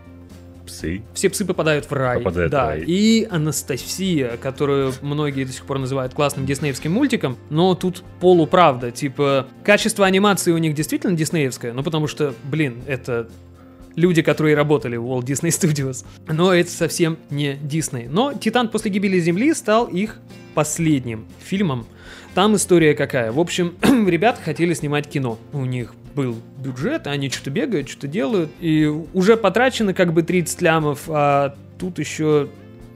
псы. Все псы попадают в рай. Попадают да. в рай. И Анастасия, которую многие до сих пор называют классным диснеевским мультиком, но тут полуправда. Типа, качество анимации у них действительно диснеевское, ну потому что, это люди, которые работали в Walt Disney Studios. Но это совсем не Disney. Но «Титан после гибели Земли» стал их последним фильмом. Там история какая? В общем, ребята хотели снимать кино. У них был бюджет, они что-то бегают, что-то делают. И уже потрачено 30 лямов, а тут еще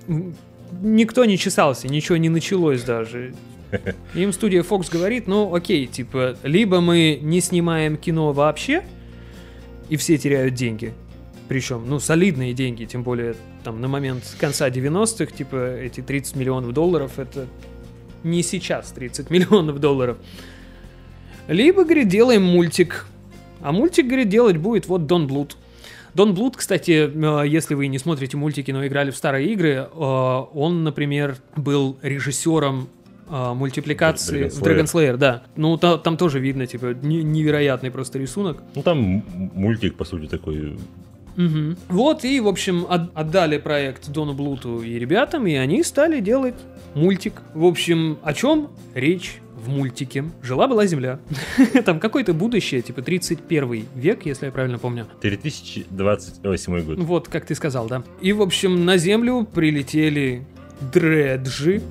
никто не чесался, ничего не началось даже. Им студия Fox говорит, окей, типа, либо мы не снимаем кино вообще, и все теряют деньги. Причем, солидные деньги, тем более, там, на момент конца 90-х, типа, эти 30 миллионов долларов, это не сейчас 30 миллионов долларов. Либо, говорит, делаем мультик. А мультик, говорит, делать будет вот Дон Блут. Дон Блут, кстати, если вы не смотрите мультики, но играли в старые игры, он, например, был режиссером мультипликации в Dragon Slayer, да. Там тоже видно, типа, невероятный просто рисунок. Там мультик, по сути, такой. Угу. Вот, и, в общем, отдали проект Дону Блуту и ребятам, и они стали делать мультик. В общем, о чем речь в мультике? Жила-была Земля. Там какое-то будущее, типа 31 век, если я правильно помню. 3028 год. Вот, как ты сказал, да. И, в общем, на Землю прилетели дреджи.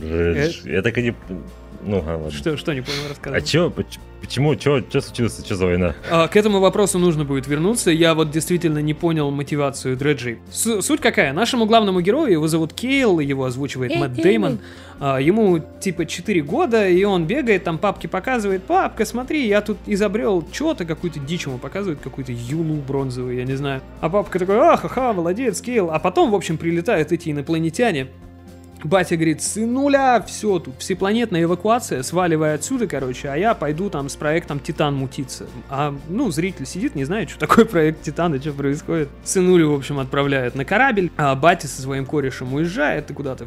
Я так и не... ладно. Что не понял рассказать? А чё? Почему? Чё случилось? Чё за война? К этому вопросу нужно будет вернуться. Я вот действительно не понял мотивацию дреджей. Суть какая? Нашему главному герою, его зовут Кейл, его озвучивает Мэтт Дэймон. Ему типа 4 года, и он бегает, там папке показывает: папка, смотри, я тут изобрел что-то, какую-то дичь ему показывает, какую-то юлу бронзовую, я не знаю. А папка такой: ха-ха, молодец, Кейл. А потом, в общем, прилетают эти инопланетяне. Батя говорит: сынуля, все, тут всепланетная эвакуация, сваливай отсюда, а я пойду там с проектом «Титан» мутиться. Зритель сидит, не знает, что такое проект «Титан» и что происходит. Сынулю, в общем, отправляют на корабль, а батя со своим корешем уезжает и куда-то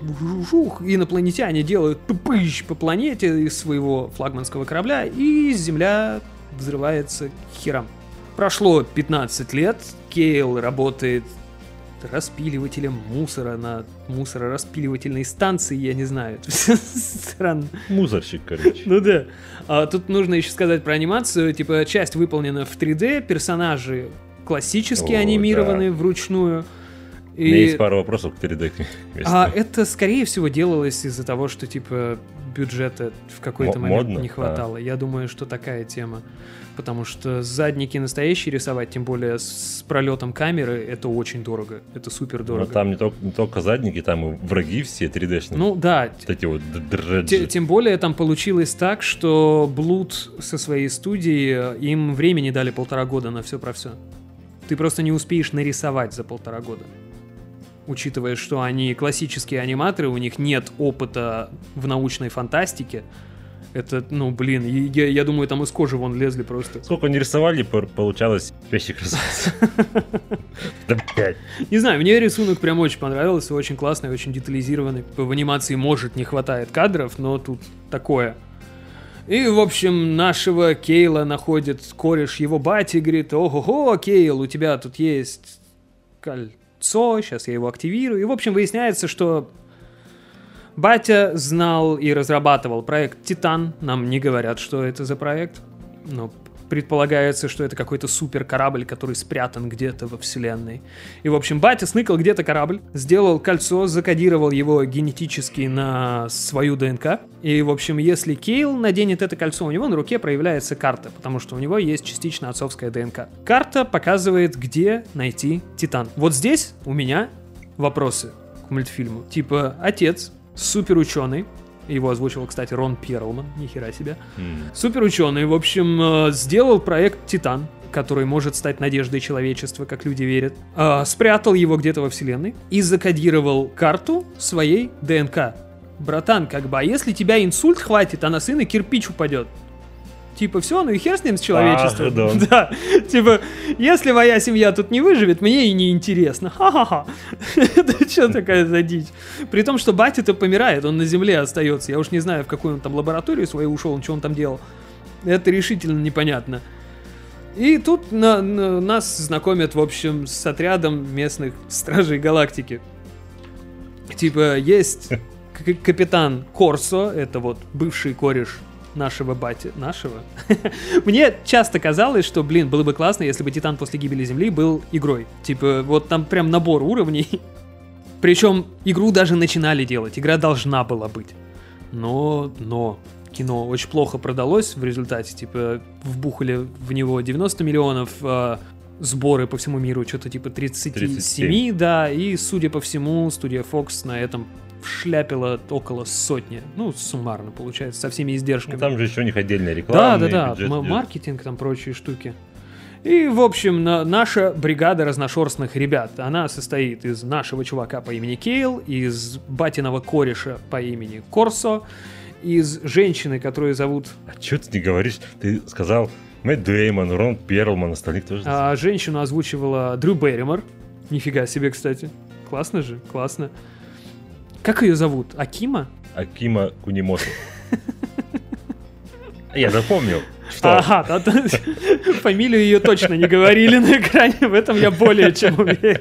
инопланетяне делают пыщ по планете из своего флагманского корабля, и Земля взрывается к херам. Прошло 15 лет, Кейл работает распиливателем мусора на мусорораспиливательной станции, я не знаю. Странно. Мусорщик, да. Тут нужно еще сказать про анимацию. Типа, часть выполнена в 3D, персонажи классически анимированы вручную. У меня есть пару вопросов к 3D. Это, скорее всего, делалось из-за того, что, типа, бюджета в какой-то момент не хватало. Я думаю, что такая тема. Потому что задники настоящие рисовать, тем более с пролетом камеры, это очень дорого. Это супер дорого. Но там не только задники, там и враги все 3D-шные. Да. Вот эти вот дреджи. Тем более там получилось так, что Блуд со своей студией, им времени дали 1,5 года на все про все. Ты просто не успеешь нарисовать за 1,5 года. Учитывая, что они классические аниматоры, у них нет опыта в научной фантастике. Это, я думаю, там из кожи вон лезли просто. Сколько они рисовали, получалось «Спящая красавица». Да, блядь. Не знаю, мне рисунок прям очень понравился, очень классный, очень детализированный. В анимации, может, не хватает кадров, но тут такое. И, в общем, нашего Кейла находит кореш его бати и говорит: ого-го, Кейл, у тебя тут есть кольцо, сейчас я его активирую. И, в общем, выясняется, что батя знал и разрабатывал проект «Титан». Нам не говорят, что это за проект, но предполагается, что это какой-то супер корабль, который спрятан где-то во вселенной. И, в общем, батя сныкал где-то корабль, сделал кольцо, закодировал его генетически на свою ДНК. И, в общем, если Кейл наденет это кольцо, у него на руке проявляется карта, потому что у него есть частично отцовская ДНК. Карта показывает, где найти Титан. Вот здесь у меня вопросы к мультфильму. Типа, отец, суперученый, его озвучивал, кстати, Рон Перлман, нихера себе. Суперученый, в общем, сделал проект «Титан», который может стать надеждой человечества, как люди верят. Спрятал его где-то во вселенной и закодировал карту своей ДНК. Братан, как бы, а если тебя инсульт хватит, а на сына кирпич упадет? Типа, все, ну и хер с ним, с человечеством. Да, типа, если моя семья тут не выживет, мне и не интересно. Ха-ха-ха. Это что такая за дичь? При том, что батя-то помирает, он на земле остается. Я уж не знаю, в какую он там лабораторию свою ушел, что он там делал. Это решительно непонятно. И тут нас знакомят, в общем, с отрядом местных стражей галактики. Типа, есть капитан Корсо, это вот бывший кореш нашего бати. Нашего? Мне часто казалось, что, блин, было бы классно, если бы Титан после гибели Земли был игрой. Типа, вот там прям набор уровней. Причем игру даже начинали делать. Игра должна была быть. Но кино очень плохо продалось в результате. Типа, вбухали в него 90 миллионов, сборы по всему миру что-то типа 37, да. И, судя по всему, студия Fox на этом шляпила около сотни. Ну, суммарно, получается, со всеми издержками. Ну, там же еще у них отдельная реклама. Да. Маркетинг, там прочие штуки. И, в общем, наша бригада разношерстных ребят, она состоит из нашего чувака по имени Кейл, из батиного кореша по имени Корсо, из женщины, которую зовут... А что ты не говоришь? Ты сказал Мэтт Дэймон, Рон Перлман, остальных тоже. Женщину озвучивала Дрю Берримор. Нифига себе, кстати. Классно же, классно. Как ее зовут? Акима? Акима Кунимото. Я запомнил. Что? Ага, фамилию ее точно не говорили на экране, в этом я более чем уверен.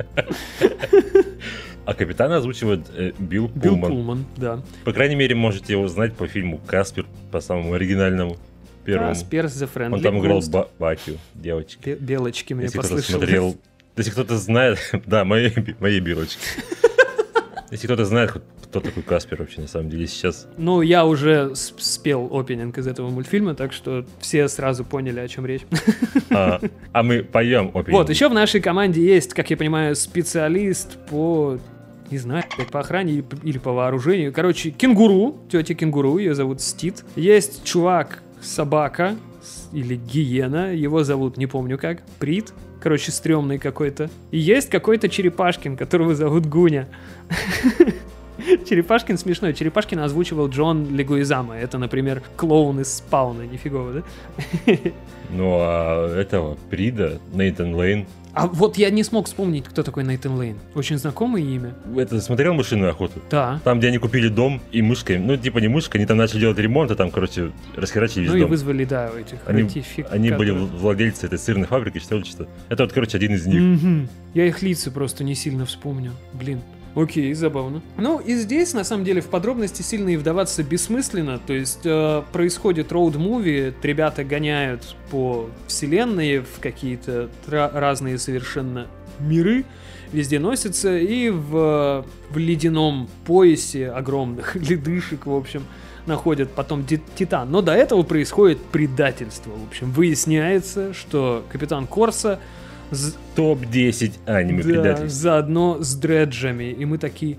А капитана озвучивает Билл Пулман. Билл Пулман, да. По крайней мере, можете его знать по фильму «Каспер», по самому оригинальному. Первому. Каспер the Friendly Он там играл батю, девочки. Белочки мне послышал. Если кто-то смотрел... Если кто-то знает... Да, мои белочки. Если кто-то знает, кто такой Каспер вообще на самом деле сейчас. Ну, я уже спел опенинг из этого мультфильма, так что все сразу поняли, о чем речь. А мы поем опенинг. Вот, еще в нашей команде есть, как я понимаю, специалист по... Не знаю, по охране или по вооружению. Короче, кенгуру, тетя кенгуру, ее зовут Стит. Есть чувак-собака или гиена, его зовут, не помню как, Прит. Короче, стрёмный какой-то. И есть какой-то Черепашкин, которого зовут Гуня. Черепашкин смешной. Черепашкина озвучивал Джон Легуизамо. Это, например, клоун из Спауна. Нифигово, да? Ну, а этого Прида, Нейтан Лейн. А вот я не смог вспомнить, кто такой Нейтан Лейн. Очень знакомое имя. Это смотрел «Мышиную охоту»? Да. Там, где они купили дом и мышкой. Ну, типа не мышкой, они там начали делать ремонт, а там, короче, расхерачили весь дом. Ну и вызвали, да, этих Они были владельцы этой сырной фабрики, что ли, что-то. Это вот, короче, один из них. Я их лица просто не сильно вспомню. Блин. Окей, забавно. Ну, и здесь, на самом деле, в подробности сильно и вдаваться бессмысленно. То есть, происходит роуд-муви, ребята гоняют по вселенной в какие-то разные совершенно миры, везде носятся, и в ледяном поясе огромных ледышек, в общем, находят потом Титан. Но до этого происходит предательство. В общем, выясняется, что капитан Корсо топ-10 аниме-предательств. Да, заодно с дреджами. И мы такие...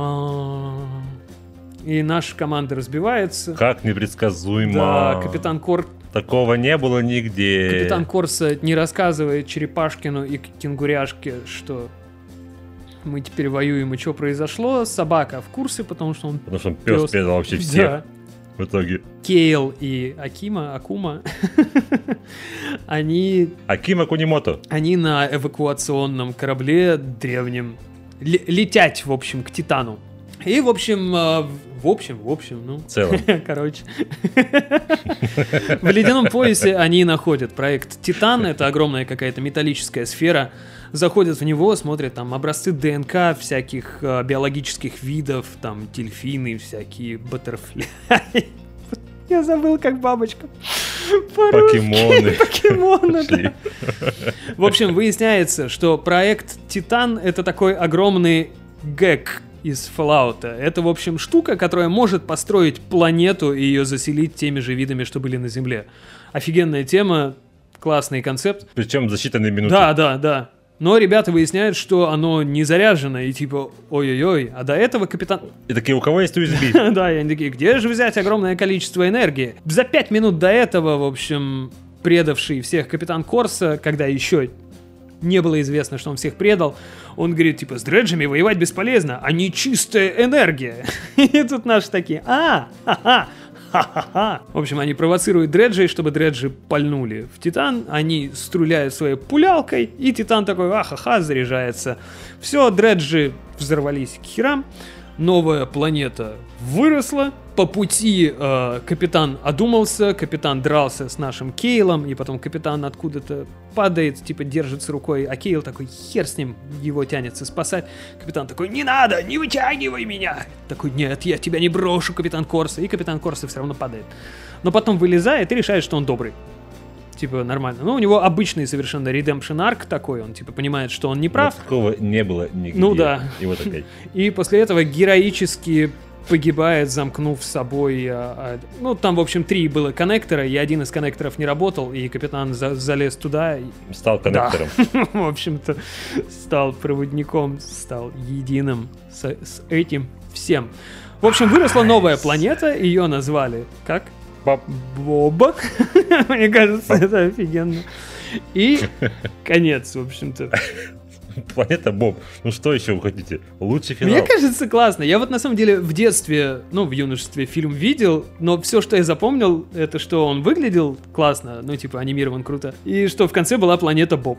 И наша команда разбивается. Как непредсказуемо. Да, капитан Такого не было нигде. Капитан Корсо не рассказывает Черепашкину и Кенгуряшке, что мы теперь воюем и что произошло. Собака в курсе, потому что он пес предал вообще всех. Да. В итоге. Кейл и Акума, они... Акима Кунимото. Они на эвакуационном корабле древнем летят, в общем, к Титану. И, в общем, ну... В целом. Короче. В ледяном поясе они находят проект «Титан». Это огромная какая-то металлическая сфера. Заходят в него, смотрят там образцы ДНК всяких биологических видов, там дельфины, всякие баттерфляи. Я забыл, как бабочка. Покемоны. Да. В общем, выясняется, что проект «Титан» — это такой огромный гэг из Fallout. Это, в общем, штука, которая может построить планету и ее заселить теми же видами, что были на Земле. Офигенная тема, классный концепт. Причем за считанные минуты. Да. Но ребята выясняют, что оно не заряжено, и типа, ой-ой-ой, а до этого капитан... И такие, у кого есть USB? Да, и они такие, где же взять огромное количество энергии? За 5 минут до этого, в общем, предавший всех капитан Корса, когда еще не было известно, что он всех предал, он говорит, типа, с дреджами воевать бесполезно, они чистая энергия. И тут наши такие, ха-ха. В общем, они провоцируют дреджей, чтобы дреджи пальнули в Титан. Они стреляют своей пулялкой, и Титан такой, ахаха, заряжается. Все, дреджи взорвались к херам. Новая планета выросла. По пути капитан одумался, капитан дрался с нашим Кейлом, и потом капитан откуда-то падает, типа держится рукой, а Кейл такой, хер с ним, его тянется спасать. Капитан такой, не надо, не вытягивай меня. Такой, нет, я тебя не брошу, капитан Корса. И капитан Корса все равно падает. Но потом вылезает и решает, что он добрый. Типа, нормально. Ну, у него обычный совершенно redemption arc такой, он, типа, понимает, что он не прав. Вот такого не было нигде. Ну да. И вот опять. И после этого героически погибает, замкнув с собой... ну, там, в общем, 3 было коннектора, и один из коннекторов не работал, и капитан залез туда. Стал коннектором. Да. В общем-то, стал проводником, стал единым с этим всем. В общем, выросла новая планета, ее назвали как? Боба. Мне кажется, это офигенно. И конец, в общем-то. Планета Боб. Ну что еще вы хотите? Лучший финал. Мне кажется, классно. Я вот на самом деле в детстве, ну в юношестве фильм видел, но все, что я запомнил, это что он выглядел классно, ну типа анимирован круто, и что в конце была планета Боб.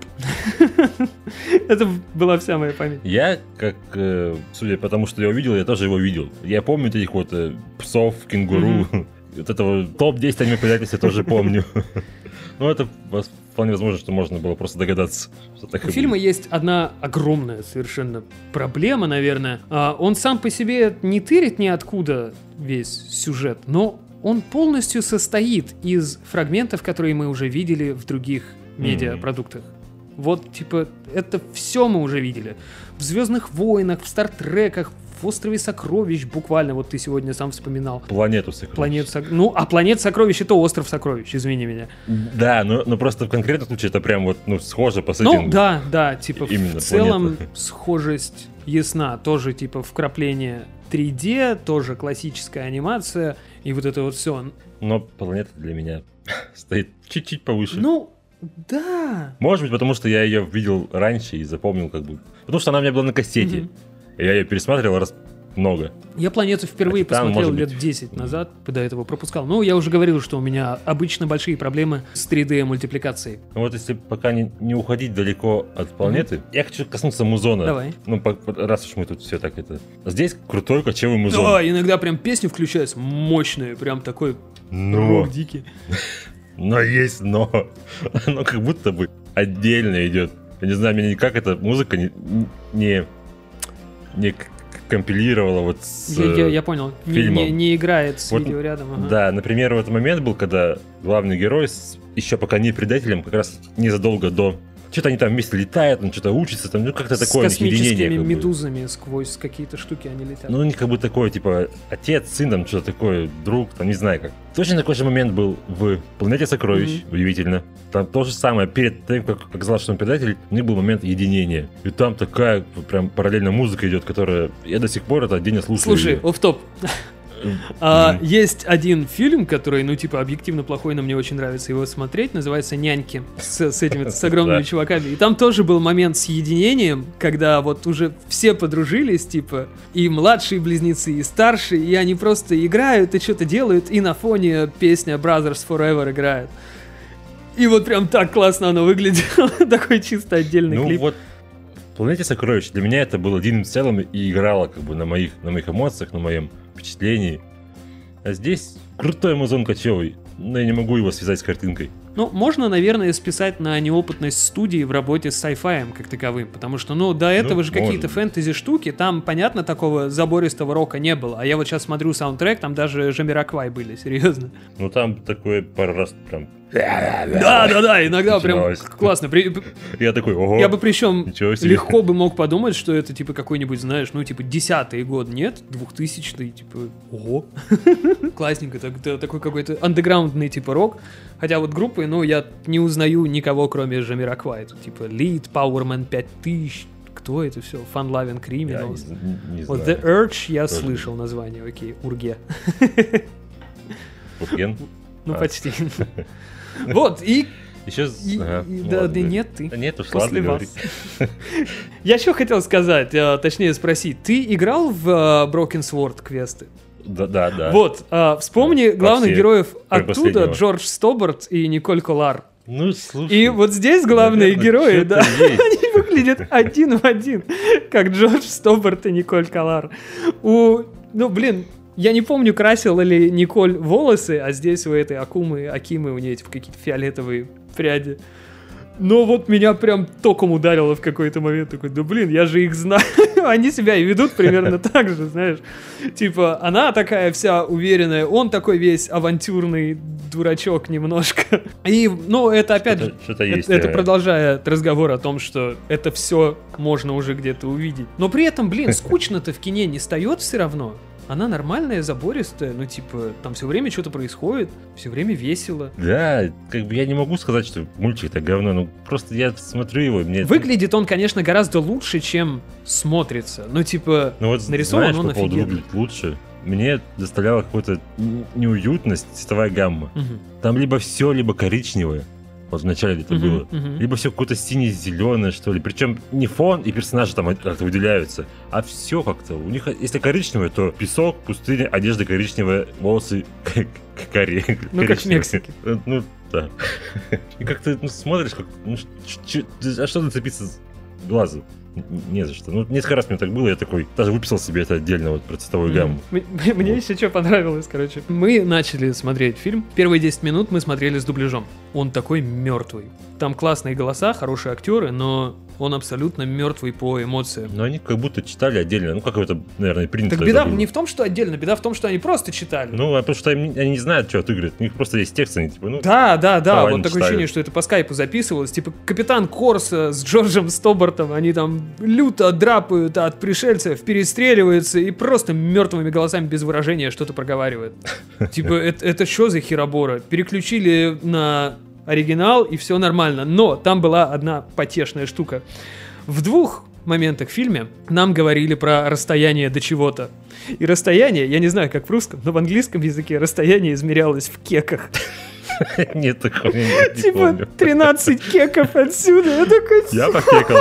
Это была вся моя память. Я, как, судя по тому, что я увидел, я тоже его видел. Я помню этих вот псов, кенгуру. Вот этого топ-10 аниме-предательств я тоже помню. Ну, это вполне возможно, что можно было просто догадаться, что так и У фильма есть одна огромная совершенно проблема, наверное. Он сам по себе не тырит ниоткуда весь сюжет, но он полностью состоит из фрагментов, которые мы уже видели в других медиапродуктах. Вот, типа, это все мы уже видели. В «Звездных войнах», в «Стартреках», в «Острове сокровищ», буквально, вот ты сегодня сам вспоминал. Планету сокровищ. Ну, а «Планета сокровищ» — это «Остров сокровищ», извини меня. Да, но просто в конкретном случае это прям вот, ну, схоже по сеттингу. Ну, да, типа, именно в целом планета. Схожесть ясна. Тоже, типа, вкрапление 3D, тоже классическая анимация, и вот это вот все. Но планета для меня стоит чуть-чуть повыше. Ну, да. Может быть, потому что я ее видел раньше и запомнил как бы... Потому что она у меня была на кассете. И я ее пересматривал раз много. Я «Планету» впервые Там, посмотрел может быть, лет 10 назад, до этого пропускал. Ну, я уже говорил, что у меня обычно большие проблемы с 3D-мультипликацией. Ну вот если пока не уходить далеко от планеты, я хочу коснуться музона. Давай. Ну, раз уж мы тут все так это... Здесь крутой кочевый музон. Да, иногда прям песню включается мощную, прям такой рок дикий. Но есть но. Оно как будто бы отдельно идет. Я не знаю, меня никак эта музыка не компилировала вот с Я понял. фильмом. Не играет с Вот, видеорядом. Ага. Да, например, вот момент был, когда главный герой, еще пока не предателем, как раз незадолго до... Что-то они там вместе летают, он что-то учится, там, ну как-то такое с космическими единение. Как бы. Медузами сквозь какие-то штуки они летят. Ну, у них как бы такое, типа, отец, сын, там, что-то такое, друг, там, не знаю как. Точно такой же момент был в «Планете сокровищ», удивительно. Там то же самое, перед тем, как оказалось, что он предатель, у них был момент единения. И там такая прям параллельно музыка идет, которая... Я до сих пор это отдельно слушаю. Слушай, офф-топ. Есть один фильм, который, ну, типа, объективно плохой, но мне очень нравится его смотреть, называется «Няньки», с огромными чуваками. И там тоже был момент с единением, когда вот уже все подружились, типа, и младшие близнецы, и старшие, и они просто играют и что-то делают, и на фоне песня «Brothers Forever» играет. И вот прям так классно оно выглядело, такой чисто отдельный клип. Ну вот, «Планете сокровищ» для меня это было единым целым и играло как бы на моих эмоциях, на моем впечатлении. А здесь крутой музон кочевый, но я не могу его связать с картинкой. Ну, можно, наверное, списать на неопытность студии в работе с sci-fi как таковым, потому что, до этого же какие-то фэнтези-штуки, там, понятно, такого забористого рока не было, а я вот сейчас смотрю саундтрек, там даже Жамироквай были, серьезно. Ну, там такое пару раз прям... Да, иногда прям классно. Я такой, ого. Я бы причем легко бы мог подумать, что это типа какой-нибудь, знаешь, 10-й год, нет? 2000-й, типа, ого. Классненько, такой какой-то андеграундный типа рок. Хотя вот группы, я не узнаю никого, кроме Жамироквай. Типа Lead, Powerman 5000, кто это все? Fun Loving Criminals. Не вот знаю. The Urge я слышал название, окей, Урге. Урген? Почти. Вот, и... Еще... Нет, ты. Да нет, уж После ладно, вас. Я что хотел сказать, точнее спросить. Ты играл в Broken Sword квесты? Да. Вот, вспомни главных героев оттуда, последнего. Джордж Стобарт и Николь Коллар. Ну, слушай. И вот здесь главные герои, да, они выглядят один в один, как Джордж Стобарт и Николь Коллар. Я не помню, красила ли Николь волосы, а здесь у этой Акимы у нее эти какие-то фиолетовые пряди. Но вот меня прям током ударило в какой-то момент. Такой, я же их знаю. Они себя и ведут примерно так же, знаешь. Типа, она такая вся уверенная, он такой весь авантюрный дурачок немножко. И, это опять же, это продолжает разговор о том, что это все можно уже где-то увидеть. Но при этом, скучно-то в кине не стает все равно. Она нормальная, забористая, там все время что-то происходит, все время весело. Да, я не могу сказать, что мультик это говно, просто я смотрю его, мне... Выглядит он, конечно, гораздо лучше, чем смотрится, нарисован он офигенно. Выглядит лучше. Мне доставляла какую-то неуютность цветовая гамма. Угу. Там либо все, либо коричневое. Вот вначале это было. Либо все какое-то сине-зеленое, что ли. Причем не фон и персонажи там как-то выделяются, а все как-то. У них, если коричневое, то песок, пустыня, одежда коричневая, волосы коричневые. Как в Мексике. Да. И как ты смотришь, а что зацепиться глазу? Не за что. Несколько раз мне так было, я такой, даже выписал себе это отдельно, про цветовую гамму. Мне еще что понравилось, Мы начали смотреть фильм. Первые 10 минут мы смотрели с дубляжом. Он такой мертвый. Там классные голоса, хорошие актеры, но он абсолютно мертвый по эмоциям. Но они как будто читали отдельно. Как это, наверное, принято. Так беда не в том, что отдельно, беда в том, что они просто читали. Потому что они не знают, что отыгрывают. У них просто есть текст, они типа, Да. Вот такое ощущение, что это по скайпу записывалось. Типа Капитан Корса с Джорджем Стобартом, они там люто драпают от пришельцев, перестреливаются и просто мертвыми голосами без выражения что-то проговаривают. Типа, это что за херобора? Переключили на оригинал, и все нормально. Но там была одна потешная штука. В 2 моментах в фильме нам говорили про расстояние до чего-то. И расстояние, я не знаю, как в русском, но в английском языке расстояние измерялось в кеках. Нет такого, я не помню. Типа 13 кеков отсюда. Я такой... Я покекал.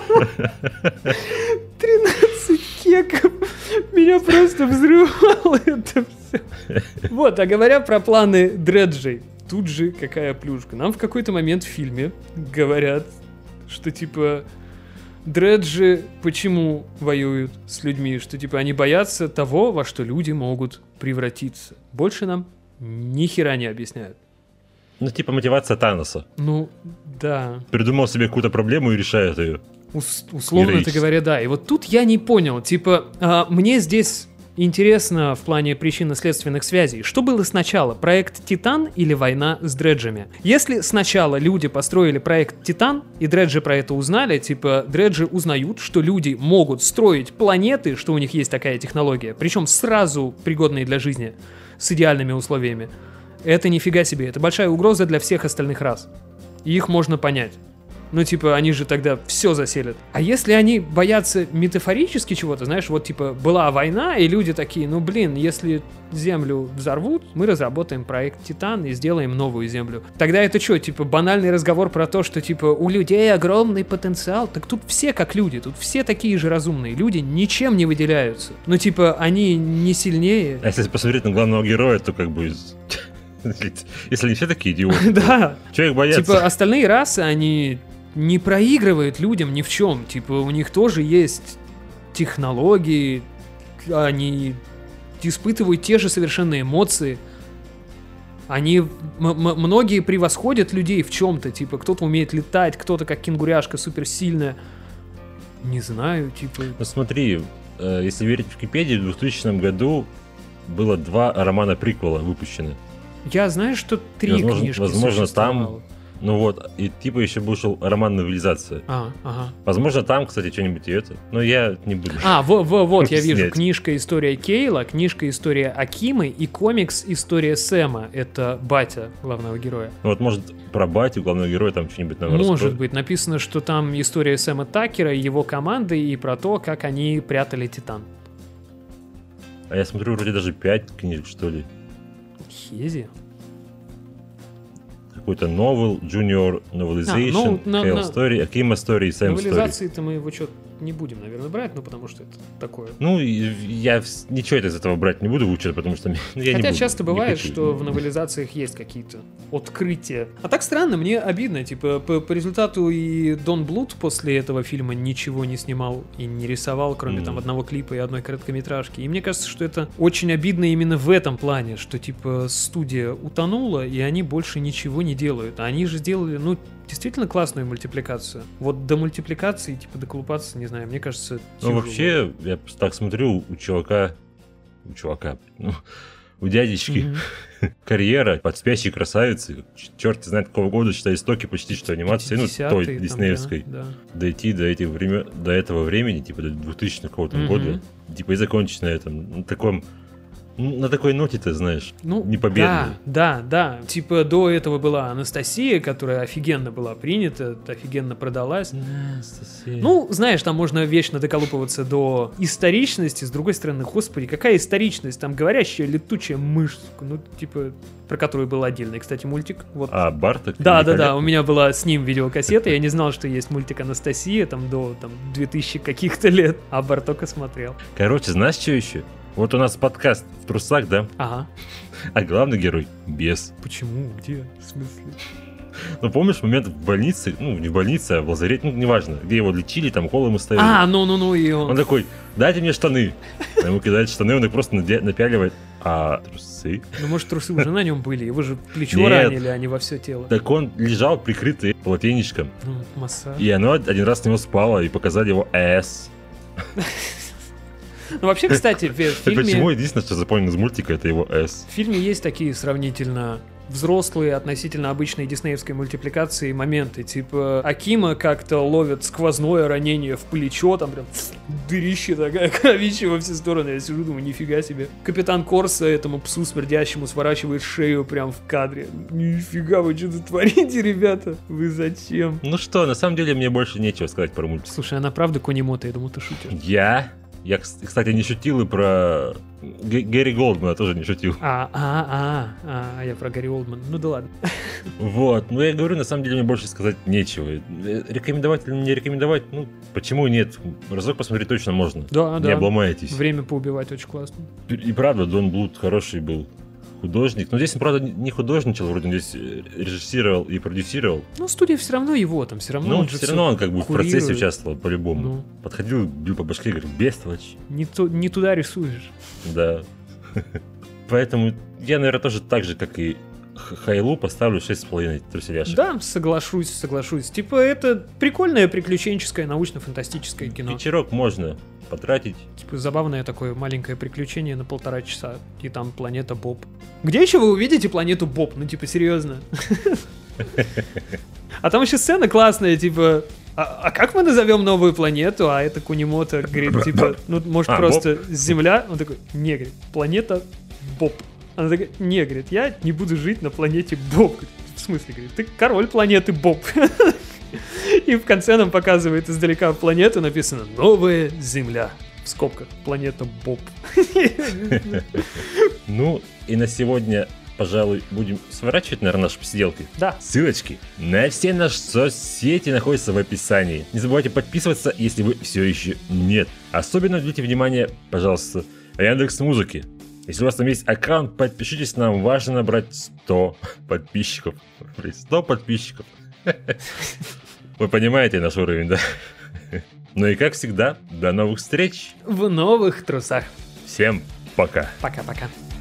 13 кеков. Меня просто взрывало это все. Вот, а говоря про планы Дреджей, тут же какая плюшка. Нам в какой-то момент в фильме говорят, что типа Дреджи почему воюют с людьми, что типа они боятся того, во что люди могут превратиться. Больше нам ни хера не объясняют. Типа мотивация Таноса. Да. Придумал себе какую-то проблему и решает ее. Условно-то говоря, да. И вот тут я не понял. Типа, мне здесь интересно в плане причинно-следственных связей. Что было сначала? Проект «Титан» или война с Дреджами? Если сначала люди построили проект «Титан», и Дреджи про это узнали, типа, Дреджи узнают, что люди могут строить планеты, что у них есть такая технология, причем сразу пригодные для жизни, с идеальными условиями. Это нифига себе, это большая угроза для всех остальных рас. И их можно понять. Они же тогда все заселят. А если они боятся метафорически чего-то, знаешь, вот типа была война, и люди такие, если Землю взорвут, мы разработаем проект «Титан» и сделаем новую Землю. Тогда это что, типа банальный разговор про то, что типа у людей огромный потенциал? Так тут все как люди, тут все такие же разумные. Люди ничем не выделяются. Они не сильнее. А если посмотреть на главного героя, то как бы... Если они все такие идиоты, да. Чего их бояться? Типа остальные расы, они не проигрывает людям ни в чем. Типа, у них тоже есть технологии, они испытывают те же совершенно эмоции. Они, многие превосходят людей в чем-то. Типа, кто-то умеет летать, кто-то как кенгуряшка суперсильная. Не знаю, типа... Ну смотри, если верить в Википедию, в 2000 году было 2 романа-приквела выпущены. Я знаю, что 3 книжки возможно, существовало. там... Ну вот, и типа еще вышел роман-новелизация. Ага. Возможно, там, кстати, что-нибудь и это, но я не буду. Вот, я вижу. снять. Книжка «История Кейла», книжка «История Акимы» и комикс «История Сэма». Это батя главного героя. Ну вот, может, про батю главного героя там что-нибудь нам Может раскроют. быть. Написано, что там история Сэма Такера, его команды и про то, как они прятали Титан. А я смотрю, вроде даже 5 книг, что ли. Хези. Какой-то новел, junior novelization, Hale Story, Akima Story и Sam Story. Новелизации-то мы его что-то не будем, наверное, брать, ну потому что это такое. Ну, я ничего из этого брать не буду в учет, потому что я не Хотя буду. часто бывает, хочу. что в новелизациях есть какие-то открытия. А так странно, мне обидно. Типа, по результату и Дон Блуд после этого фильма ничего не снимал и не рисовал, кроме там одного клипа и одной короткометражки. И мне кажется, что это очень обидно именно в этом плане, что типа студия утонула, и они больше ничего не делают. А они же сделали, ну, действительно классную мультипликацию. Вот до мультипликации, типа, доколупаться, не знаю, мне кажется, тяжело. Ну, вообще, я так смотрю, у дядечки карьера под «Спящей красавицы», черт знает какого года, считай, истоки почти что анимации, ну, той там, диснеевской, да. дойти до этого времени, типа, до 2000 какого-то года, типа, и закончить на этом, на такой ноте-то, знаешь, Ну, непобедной. Да. Типа до этого была Анастасия, которая офигенно была принята, офигенно продалась. Анастасия. Ну, знаешь, там можно вечно доколупываться до историчности. С другой стороны, господи, какая историчность? Там говорящая летучая мышь, ну, типа, про которую был отдельный, кстати, мультик. Вот. А, Барток? Да, у меня была с ним видеокассета, я не знал, что есть мультик Анастасия, там, до 2000 каких-то лет, а Бартока смотрел. Короче, знаешь, что еще? Вот у нас подкаст в трусах, да? Ага. А главный герой без. Почему? Где? В смысле? Ну, помнишь момент в больнице, ну, не в больнице, а в лазарете, ну, неважно, где его лечили, там уколы ему ставили. Ну, и Он такой, дайте мне штаны. А ему кидают штаны, он их просто напяливает. А трусы? Ну, может, трусы уже на нем были, его же плечо Нет. ранили, а не во все тело. Так он лежал прикрытый полотенечком. Ну, массаж. И оно один раз с него спало, и показали его ass. Ну, вообще, кстати, в Почему фильме, единственное, что запомнил из мультика, это его ass. в фильме есть такие сравнительно взрослые, относительно обычной диснеевской мультипликации моменты. Типа, Акима как-то ловит сквозное ранение в плечо, там прям дырище такая, кровища во все стороны. Я сижу, думаю, нифига себе. Капитан Корса этому псу смердящему сворачивает шею прям в кадре. Нифига, вы что тут творите, ребята? Вы зачем? Ну что, на самом деле мне больше нечего сказать про мультик. Слушай, она правда Конимота, я думал, ты шутишь. Я, кстати, не шутил и про Гэри Голдмана тоже не шутил. Я про Гарри Олдман. Ну да ладно. Вот, ну я говорю, на самом деле мне больше сказать нечего. Рекомендовать или не рекомендовать, ну почему нет? Разок посмотреть точно можно. Да. Не обломаетесь. Время поубивать очень классно. И правда, Дон Блуд хороший был художник. Но здесь он, правда, не художничал, вроде он здесь режиссировал и продюсировал. Ну, студия все равно его, там все равно Ну, он же все равно он как бы в процессе курирует. участвовал по-любому. Ну. Подходил, бил по башке, говорит, бестолочь. Не туда рисуешь. Да. Поэтому я, наверное, тоже так же, как и Хайлу, поставлю 6,5 труселяшек. Да, соглашусь. Типа, это прикольное приключенческое научно-фантастическое кино. Вечерок можно потратить. Типа, забавное такое маленькое приключение на 1,5 часа. И там планета Боб. Где еще вы увидите планету Боб? Ну, типа, серьезно. А там еще сцена классная, типа... А как мы назовем новую планету? А это Кунимота говорит, типа, ну, может, просто Земля? Он такой, не, говорит, планета Боб. Она такая, не, говорит, я не буду жить на планете Боб. В смысле, говорит, ты король планеты Боб. И в конце нам показывает издалека планету, написано «Новая Земля». В скобках планета Боб. Ну, и на сегодня, пожалуй, будем сворачивать, наверное, наши посиделки. Да. Ссылочки на все наши соцсети находятся в описании. Не забывайте подписываться, если вы все еще нет. Особенно уделите внимание, пожалуйста, Яндекс.Музыке. Если у вас там есть аккаунт, подпишитесь, нам важно набрать 100 подписчиков. 100 подписчиков. Вы понимаете наш уровень, да? Ну и как всегда, до новых встреч. В новых трусах. Всем пока. Пока-пока.